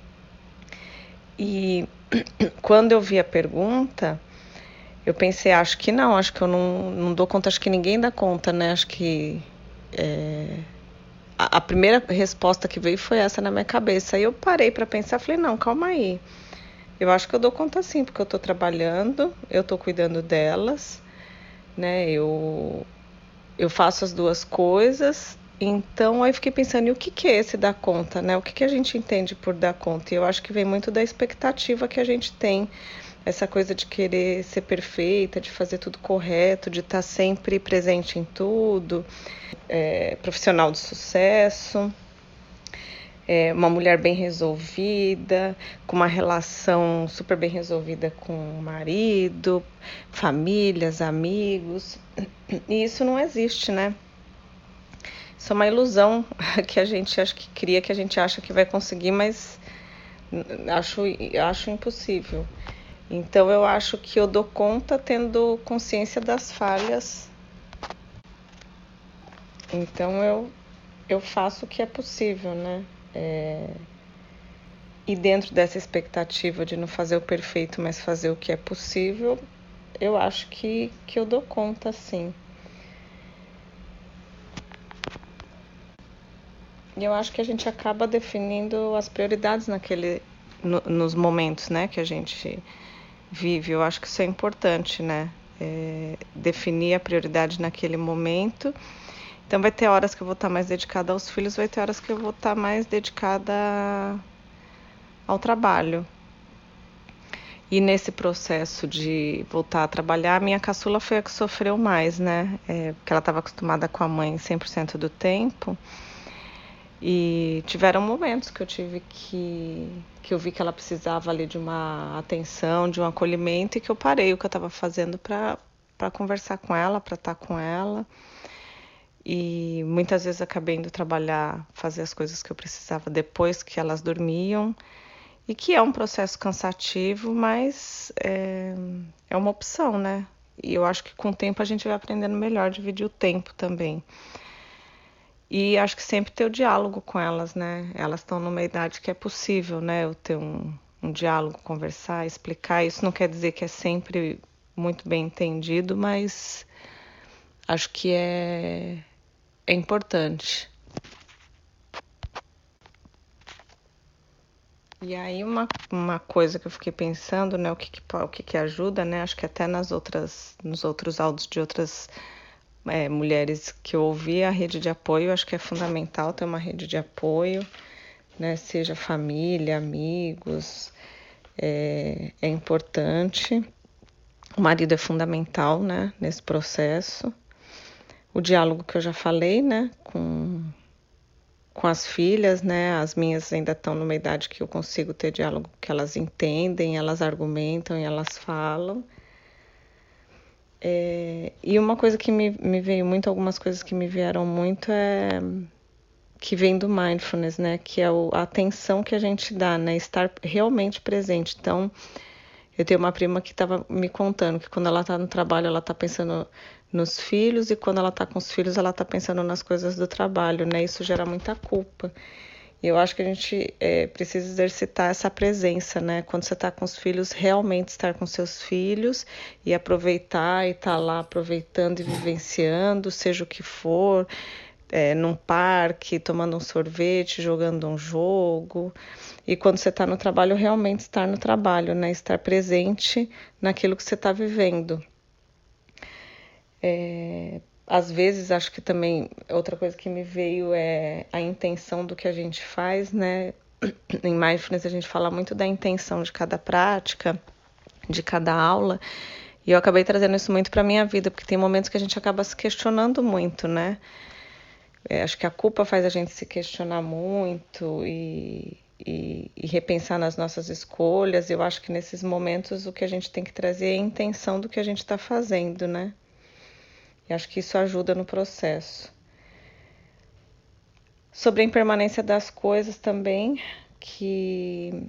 E quando eu vi a pergunta, eu pensei, acho que não, acho que eu não, não dou conta, acho que ninguém dá conta, né? Acho que é, a, a primeira resposta que veio foi essa na minha cabeça. Aí eu parei para pensar, falei, não, calma aí. Eu acho que eu dou conta sim, porque eu estou trabalhando, eu estou cuidando delas, né? Eu, eu faço as duas coisas. Então, aí fiquei pensando, e o que, que é esse dar conta, né? O que, que a gente entende por dar conta? E eu acho que vem muito da expectativa que a gente tem, essa coisa de querer ser perfeita, de fazer tudo correto, de estar sempre presente em tudo, é, profissional de sucesso, é, uma mulher bem resolvida, com uma relação super bem resolvida com o marido, famílias, amigos, e isso não existe, né? Isso é uma ilusão que a gente acha que cria, que a gente acha que vai conseguir, mas acho, acho impossível. Então eu acho que eu dou conta tendo consciência das falhas. Então eu, eu faço o que é possível, né? É... E dentro dessa expectativa de não fazer o perfeito, mas fazer o que é possível, eu acho que, que eu dou conta, sim. E eu acho que a gente acaba definindo as prioridades naquele, no, nos momentos, né, que a gente vive. Eu acho que isso é importante, né? É, definir a prioridade naquele momento. Então vai ter horas que eu vou estar mais dedicada aos filhos, vai ter horas que eu vou estar mais dedicada ao trabalho. E nesse processo de voltar a trabalhar, a minha caçula foi a que sofreu mais, né? É, porque ela estava acostumada com a mãe cem por cento do tempo. E tiveram momentos que eu tive que, que eu vi que ela precisava ali de uma atenção, de um acolhimento, e que eu parei o que eu estava fazendo para para conversar com ela, para estar com ela. E muitas vezes acabei indo trabalhar, fazer as coisas que eu precisava depois que elas dormiam, e que é um processo cansativo, mas é, é uma opção, né? E eu acho que com o tempo a gente vai aprendendo melhor a dividir o tempo também. E acho que sempre ter o diálogo com elas, né? Elas estão numa idade que é possível, né? Eu ter um, um diálogo, conversar, explicar. Isso não quer dizer que é sempre muito bem entendido, mas acho que é, é importante. E aí uma, uma coisa que eu fiquei pensando, né? O que, que, o que, que ajuda, né? Acho que até nas outras, nos outros áudios de outras É, mulheres que eu ouvi, a rede de apoio, acho que é fundamental ter uma rede de apoio, né? Seja família, amigos, é, é importante. O marido é fundamental, né? Nesse processo. O diálogo que eu já falei, né? Com, com as filhas, né? As minhas ainda estão numa idade que eu consigo ter diálogo, que elas entendem, elas argumentam e elas falam. É, e uma coisa que me, me veio muito, algumas coisas que me vieram muito é que vem do mindfulness, né? Que é o, a atenção que a gente dá, né? Estar realmente presente. Então, eu tenho uma prima que estava me contando que quando ela está no trabalho, ela está pensando nos filhos, e quando ela está com os filhos, ela está pensando nas coisas do trabalho, né? Isso gera muita culpa. E eu acho que a gente é, precisa exercitar essa presença, né? Quando você está com os filhos, realmente estar com seus filhos e aproveitar e estar tá lá aproveitando e vivenciando, seja o que for, é, num parque, tomando um sorvete, jogando um jogo. E quando você está no trabalho, realmente estar no trabalho, né? Estar presente naquilo que você está vivendo. É... Às vezes, acho que também outra coisa que me veio é a intenção do que a gente faz, né? Em Mindfulness a gente fala muito da intenção de cada prática, de cada aula, e eu acabei trazendo isso muito para a minha vida, porque tem momentos que a gente acaba se questionando muito, né? É, acho que a culpa faz a gente se questionar muito e, e, e repensar nas nossas escolhas. Eu acho que nesses momentos o que a gente tem que trazer é a intenção do que a gente está fazendo, né? E acho que isso ajuda no processo. Sobre a impermanência das coisas também, que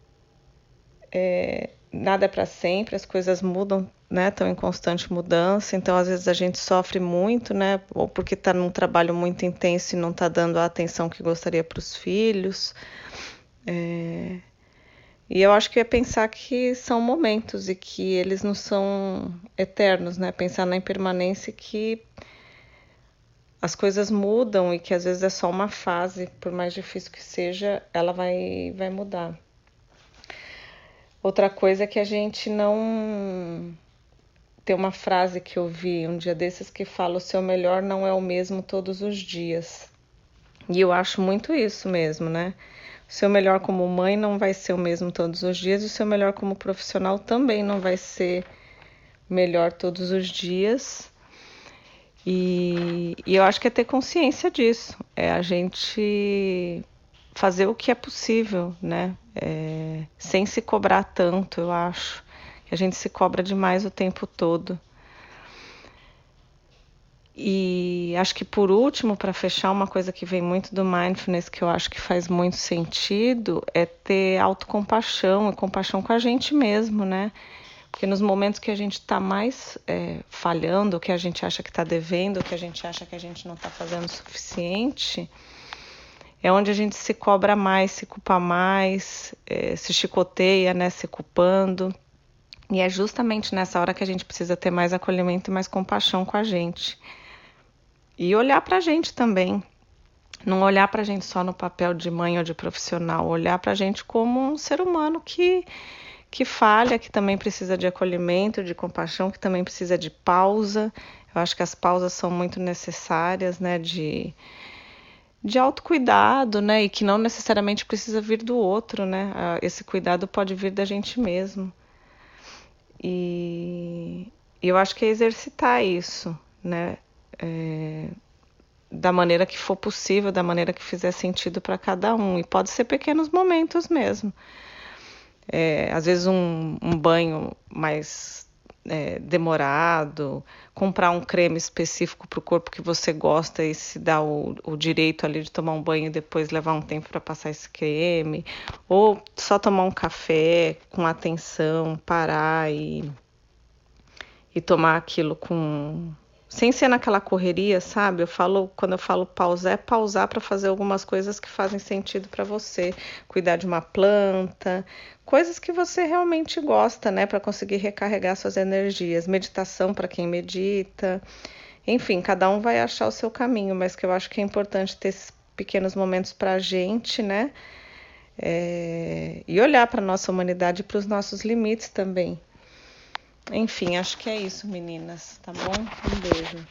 é, nada é para sempre, as coisas mudam, né? Estão em constante mudança, então às vezes a gente sofre muito, né? Ou porque está num trabalho muito intenso e não está dando a atenção que gostaria para os filhos. É... E eu acho que é pensar que são momentos e que eles não são eternos, né? Pensar na impermanência, que as coisas mudam e que às vezes é só uma fase, por mais difícil que seja, ela vai, vai mudar. Outra coisa é que a gente não... Tem uma frase que eu vi um dia desses que fala: o seu melhor não é o mesmo todos os dias. E eu acho muito isso mesmo, né? O seu melhor como mãe não vai ser o mesmo todos os dias, e o seu melhor como profissional também não vai ser melhor todos os dias. E, e eu acho que é ter consciência disso, é a gente fazer o que é possível, né? É, sem se cobrar tanto, eu acho. Que a gente se cobra demais o tempo todo. E acho que, por último, para fechar, uma coisa que vem muito do Mindfulness, que eu acho que faz muito sentido, é ter autocompaixão e compaixão com a gente mesmo, né? Porque nos momentos que a gente está mais é, falhando, que a gente acha que está devendo, que a gente acha que a gente não está fazendo o suficiente, é onde a gente se cobra mais, se culpa mais, é, se chicoteia, né? Se culpando. E é justamente nessa hora que a gente precisa ter mais acolhimento e mais compaixão com a gente. E olhar para a gente também. Não olhar para a gente só no papel de mãe ou de profissional. Olhar para a gente como um ser humano que, que falha, que também precisa de acolhimento, de compaixão, que também precisa de pausa. Eu acho que as pausas são muito necessárias, né? De, de autocuidado, né? E que não necessariamente precisa vir do outro, né? Esse cuidado pode vir da gente mesmo. E eu acho que é exercitar isso, né? É, da maneira que for possível, da maneira que fizer sentido para cada um. E pode ser pequenos momentos mesmo. É, às vezes um, um banho mais é, demorado, comprar um creme específico para o corpo que você gosta e se dá o, o direito ali de tomar um banho e depois levar um tempo para passar esse creme. Ou só tomar um café com atenção, parar e, e tomar aquilo com... sem ser naquela correria, sabe? Eu falo, quando eu falo pausar, é pausar para fazer algumas coisas que fazem sentido para você. Cuidar de uma planta, coisas que você realmente gosta, né? Para conseguir recarregar suas energias. Meditação para quem medita. Enfim, cada um vai achar o seu caminho, mas que eu acho que é importante ter esses pequenos momentos para a gente, né? É... E olhar para a nossa humanidade e para os nossos limites também. Enfim, acho que é isso, meninas, tá bom? Um beijo.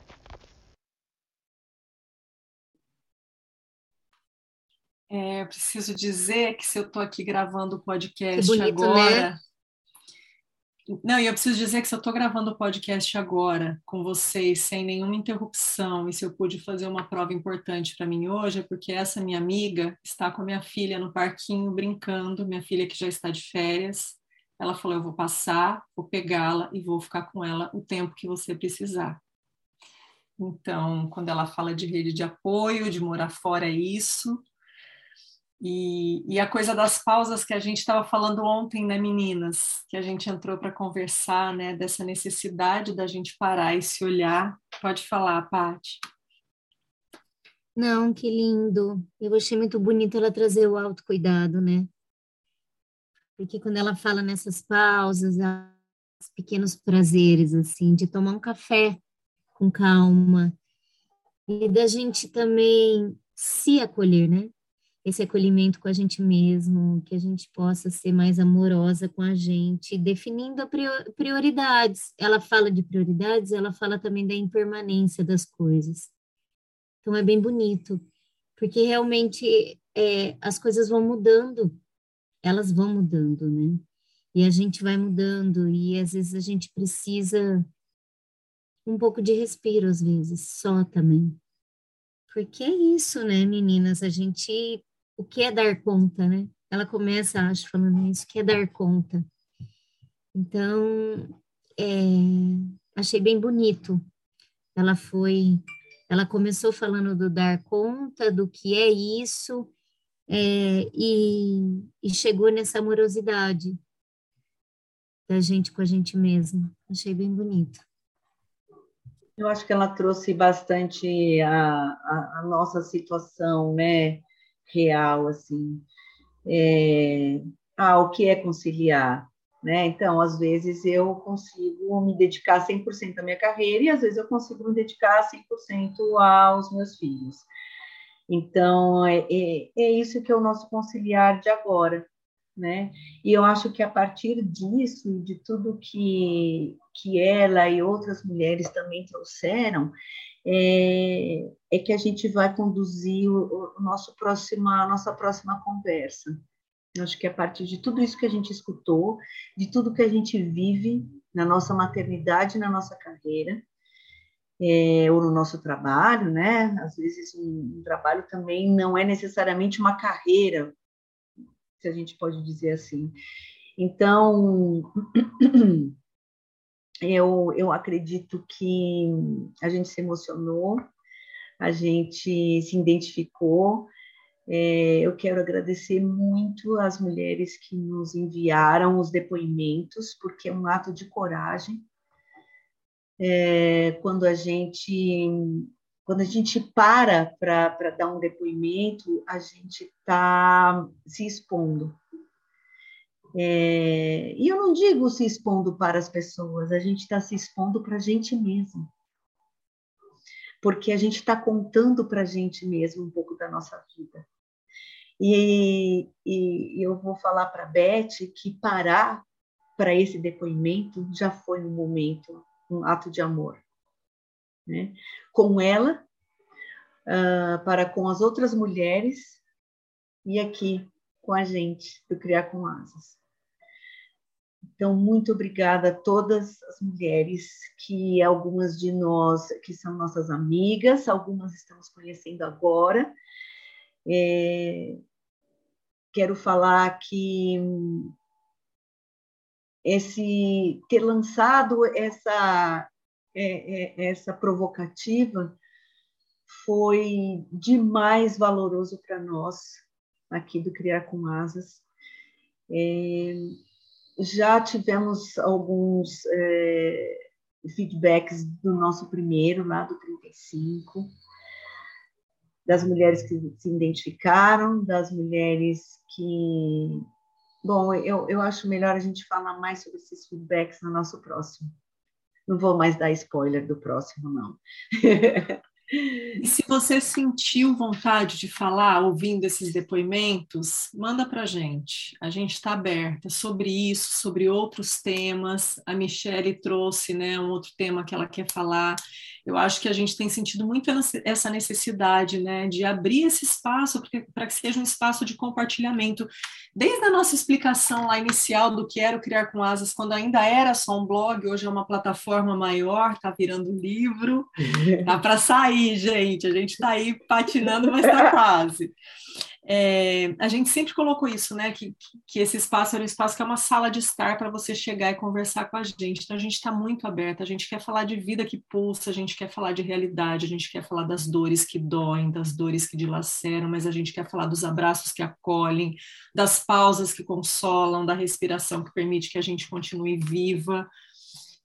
É, eu preciso dizer que se eu estou aqui gravando o podcast Que bonito, agora... né? Não, e eu preciso dizer que se eu estou gravando o podcast agora com vocês, sem nenhuma interrupção, e se eu pude fazer uma prova importante para mim hoje, é porque essa minha amiga está com a minha filha no parquinho brincando, minha filha que já está de férias. Ela falou: eu vou passar, vou pegá-la e vou ficar com ela o tempo que você precisar. Então, quando ela fala de rede de apoio, de morar fora, é isso. E, e a coisa das pausas que a gente estava falando ontem, né, meninas? Que a gente entrou para conversar, né, dessa necessidade da gente parar e se olhar. Pode falar, Paty. Não, que lindo. Eu achei muito bonito ela trazer o autocuidado, né? Porque quando ela fala nessas pausas, os pequenos prazeres, assim, de tomar um café com calma, e da gente também se acolher, né? Esse acolhimento com a gente mesmo, que a gente possa ser mais amorosa com a gente, definindo a prior- prioridades. Ela fala de prioridades, ela fala também da impermanência das coisas. Então é bem bonito, porque realmente é, as coisas vão mudando, elas vão mudando, né? E a gente vai mudando, e às vezes a gente precisa um pouco de respiro, às vezes, só também. Porque é isso, né, meninas? A gente, o que é dar conta, né? Ela começa, acho, falando isso, o que é dar conta. Então, é, achei bem bonito. Ela foi, ela começou falando do dar conta, do que é isso, é, e, e chegou nessa amorosidade da gente com a gente mesma. Achei bem bonito. Eu acho que ela trouxe bastante a, a, a nossa situação, né, real, assim. É, ah, o que é conciliar, né? Então, às vezes eu consigo me dedicar cem por cento à minha carreira e às vezes eu consigo me dedicar cem por cento aos meus filhos. Então, é, é, é isso que é o nosso conciliar de agora, né? E eu acho que a partir disso, de tudo que, que ela e outras mulheres também trouxeram, é, é que a gente vai conduzir o, o nosso próxima, a nossa próxima conversa. Eu acho que a partir de tudo isso que a gente escutou, de tudo que a gente vive na nossa maternidade, na nossa carreira, é, ou no nosso trabalho, né? Às vezes um, um trabalho também não é necessariamente uma carreira, se a gente pode dizer assim. Então, eu, eu acredito que a gente se emocionou, a gente se identificou. É, eu quero agradecer muito às mulheres que nos enviaram os depoimentos, porque é um ato de coragem. É, quando a gente quando a gente para para dar um depoimento, a gente está se expondo. É, e eu não digo se expondo para as pessoas, a gente está se expondo para a gente mesmo. Porque a gente está contando para a gente mesmo um pouco da nossa vida. E, e eu vou falar para a Beth que parar para esse depoimento já foi um momento, um ato de amor. Né? Com ela, uh, para com as outras mulheres e aqui com a gente, do Criar com Asas. Então, muito obrigada a todas as mulheres, que algumas de nós, que são nossas amigas, algumas estamos conhecendo agora. É, quero falar que esse, ter lançado essa, é, é, essa provocativa foi demais valoroso para nós, aqui do Criar com Asas. É, já tivemos alguns é, feedbacks do nosso primeiro, lá do trinta e cinco, das mulheres que se identificaram, das mulheres que... Bom, eu, eu acho melhor a gente falar mais sobre esses feedbacks no nosso próximo. Não vou mais dar spoiler do próximo, não. E se você sentiu vontade de falar, ouvindo esses depoimentos, manda para a gente. A gente está aberta sobre isso, sobre outros temas. A Michele trouxe, né, um outro tema que ela quer falar. Eu acho que a gente tem sentido muito essa necessidade, né, de abrir esse espaço para que seja um espaço de compartilhamento. Desde a nossa explicação lá inicial do que era o Criar com Asas, quando ainda era só um blog, hoje é uma plataforma maior, está virando um livro, dá para sair, gente, a gente está aí patinando, mas está quase. É, a gente sempre colocou isso, né, que, que esse espaço era um espaço que é uma sala de estar para você chegar e conversar com a gente. Então a gente está muito aberta, a gente quer falar de vida que pulsa, a gente quer falar de realidade, a gente quer falar das dores que doem, das dores que dilaceram, mas a gente quer falar dos abraços que acolhem, das pausas que consolam, da respiração que permite que a gente continue viva.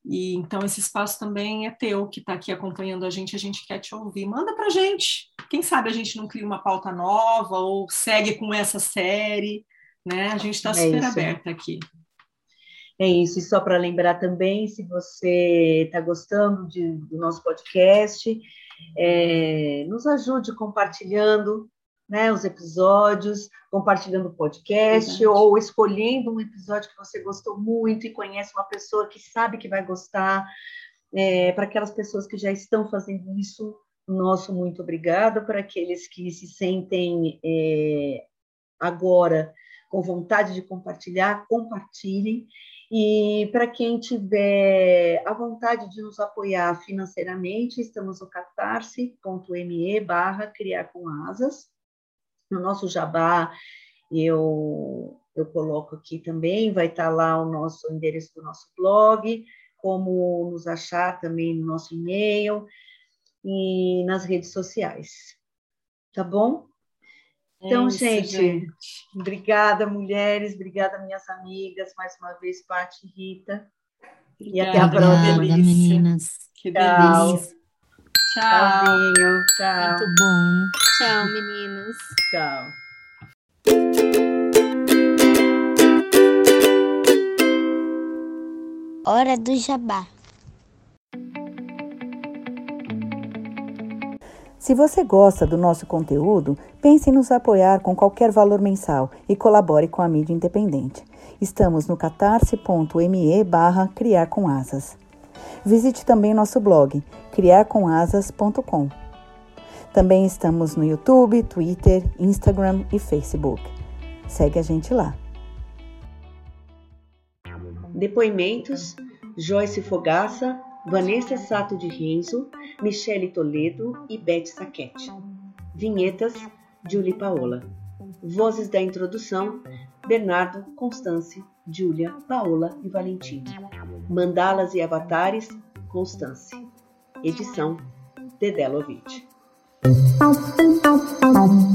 E então esse espaço também é teu, que está aqui acompanhando a gente, a gente quer te ouvir. Manda para a gente. Quem sabe a gente não cria uma pauta nova ou segue com essa série, né? A gente está super é aberta aqui. É isso, e só para lembrar também, se você está gostando de, do nosso podcast, é, nos ajude compartilhando, né, os episódios, compartilhando o podcast, Verdade. Ou escolhendo um episódio que você gostou muito e conhece uma pessoa que sabe que vai gostar. É, para aquelas pessoas que já estão fazendo isso, nosso muito obrigada. Para aqueles que se sentem é, agora com vontade de compartilhar, compartilhem. E para quem tiver a vontade de nos apoiar financeiramente, estamos no catarse.me barra criar com asas. No nosso jabá, eu, eu coloco aqui também, vai estar lá o nosso o endereço do nosso blog, como nos achar também no nosso e-mail e nas redes sociais. Tá bom? Então, é isso, gente, gente, obrigada, mulheres, obrigada, minhas amigas, mais uma vez, Paty e Rita. Obrigada, e até a próxima. Obrigada, meninas. Que delícia. Tchau. Tchauzinho. Tchau. Muito bom. Tchau, meninas. Tchau. Hora do jabá. Se você gosta do nosso conteúdo, pense em nos apoiar com qualquer valor mensal e colabore com a mídia independente. Estamos no catarse.me barra criar com asas. Visite também nosso blog, criar com asas ponto com. Também estamos no YouTube, Twitter, Instagram e Facebook. Segue a gente lá. Depoimentos: Joyce Fogaça, Vanessa Sato de Renzo, Michele Toledo e Beth Saquete. Vinhetas: Julie Paola. Vozes da introdução: Bernardo, Constance, Júlia, Paola e Valentim. Mandalas e avatares: Constance. Edição: Dedé Lovitch.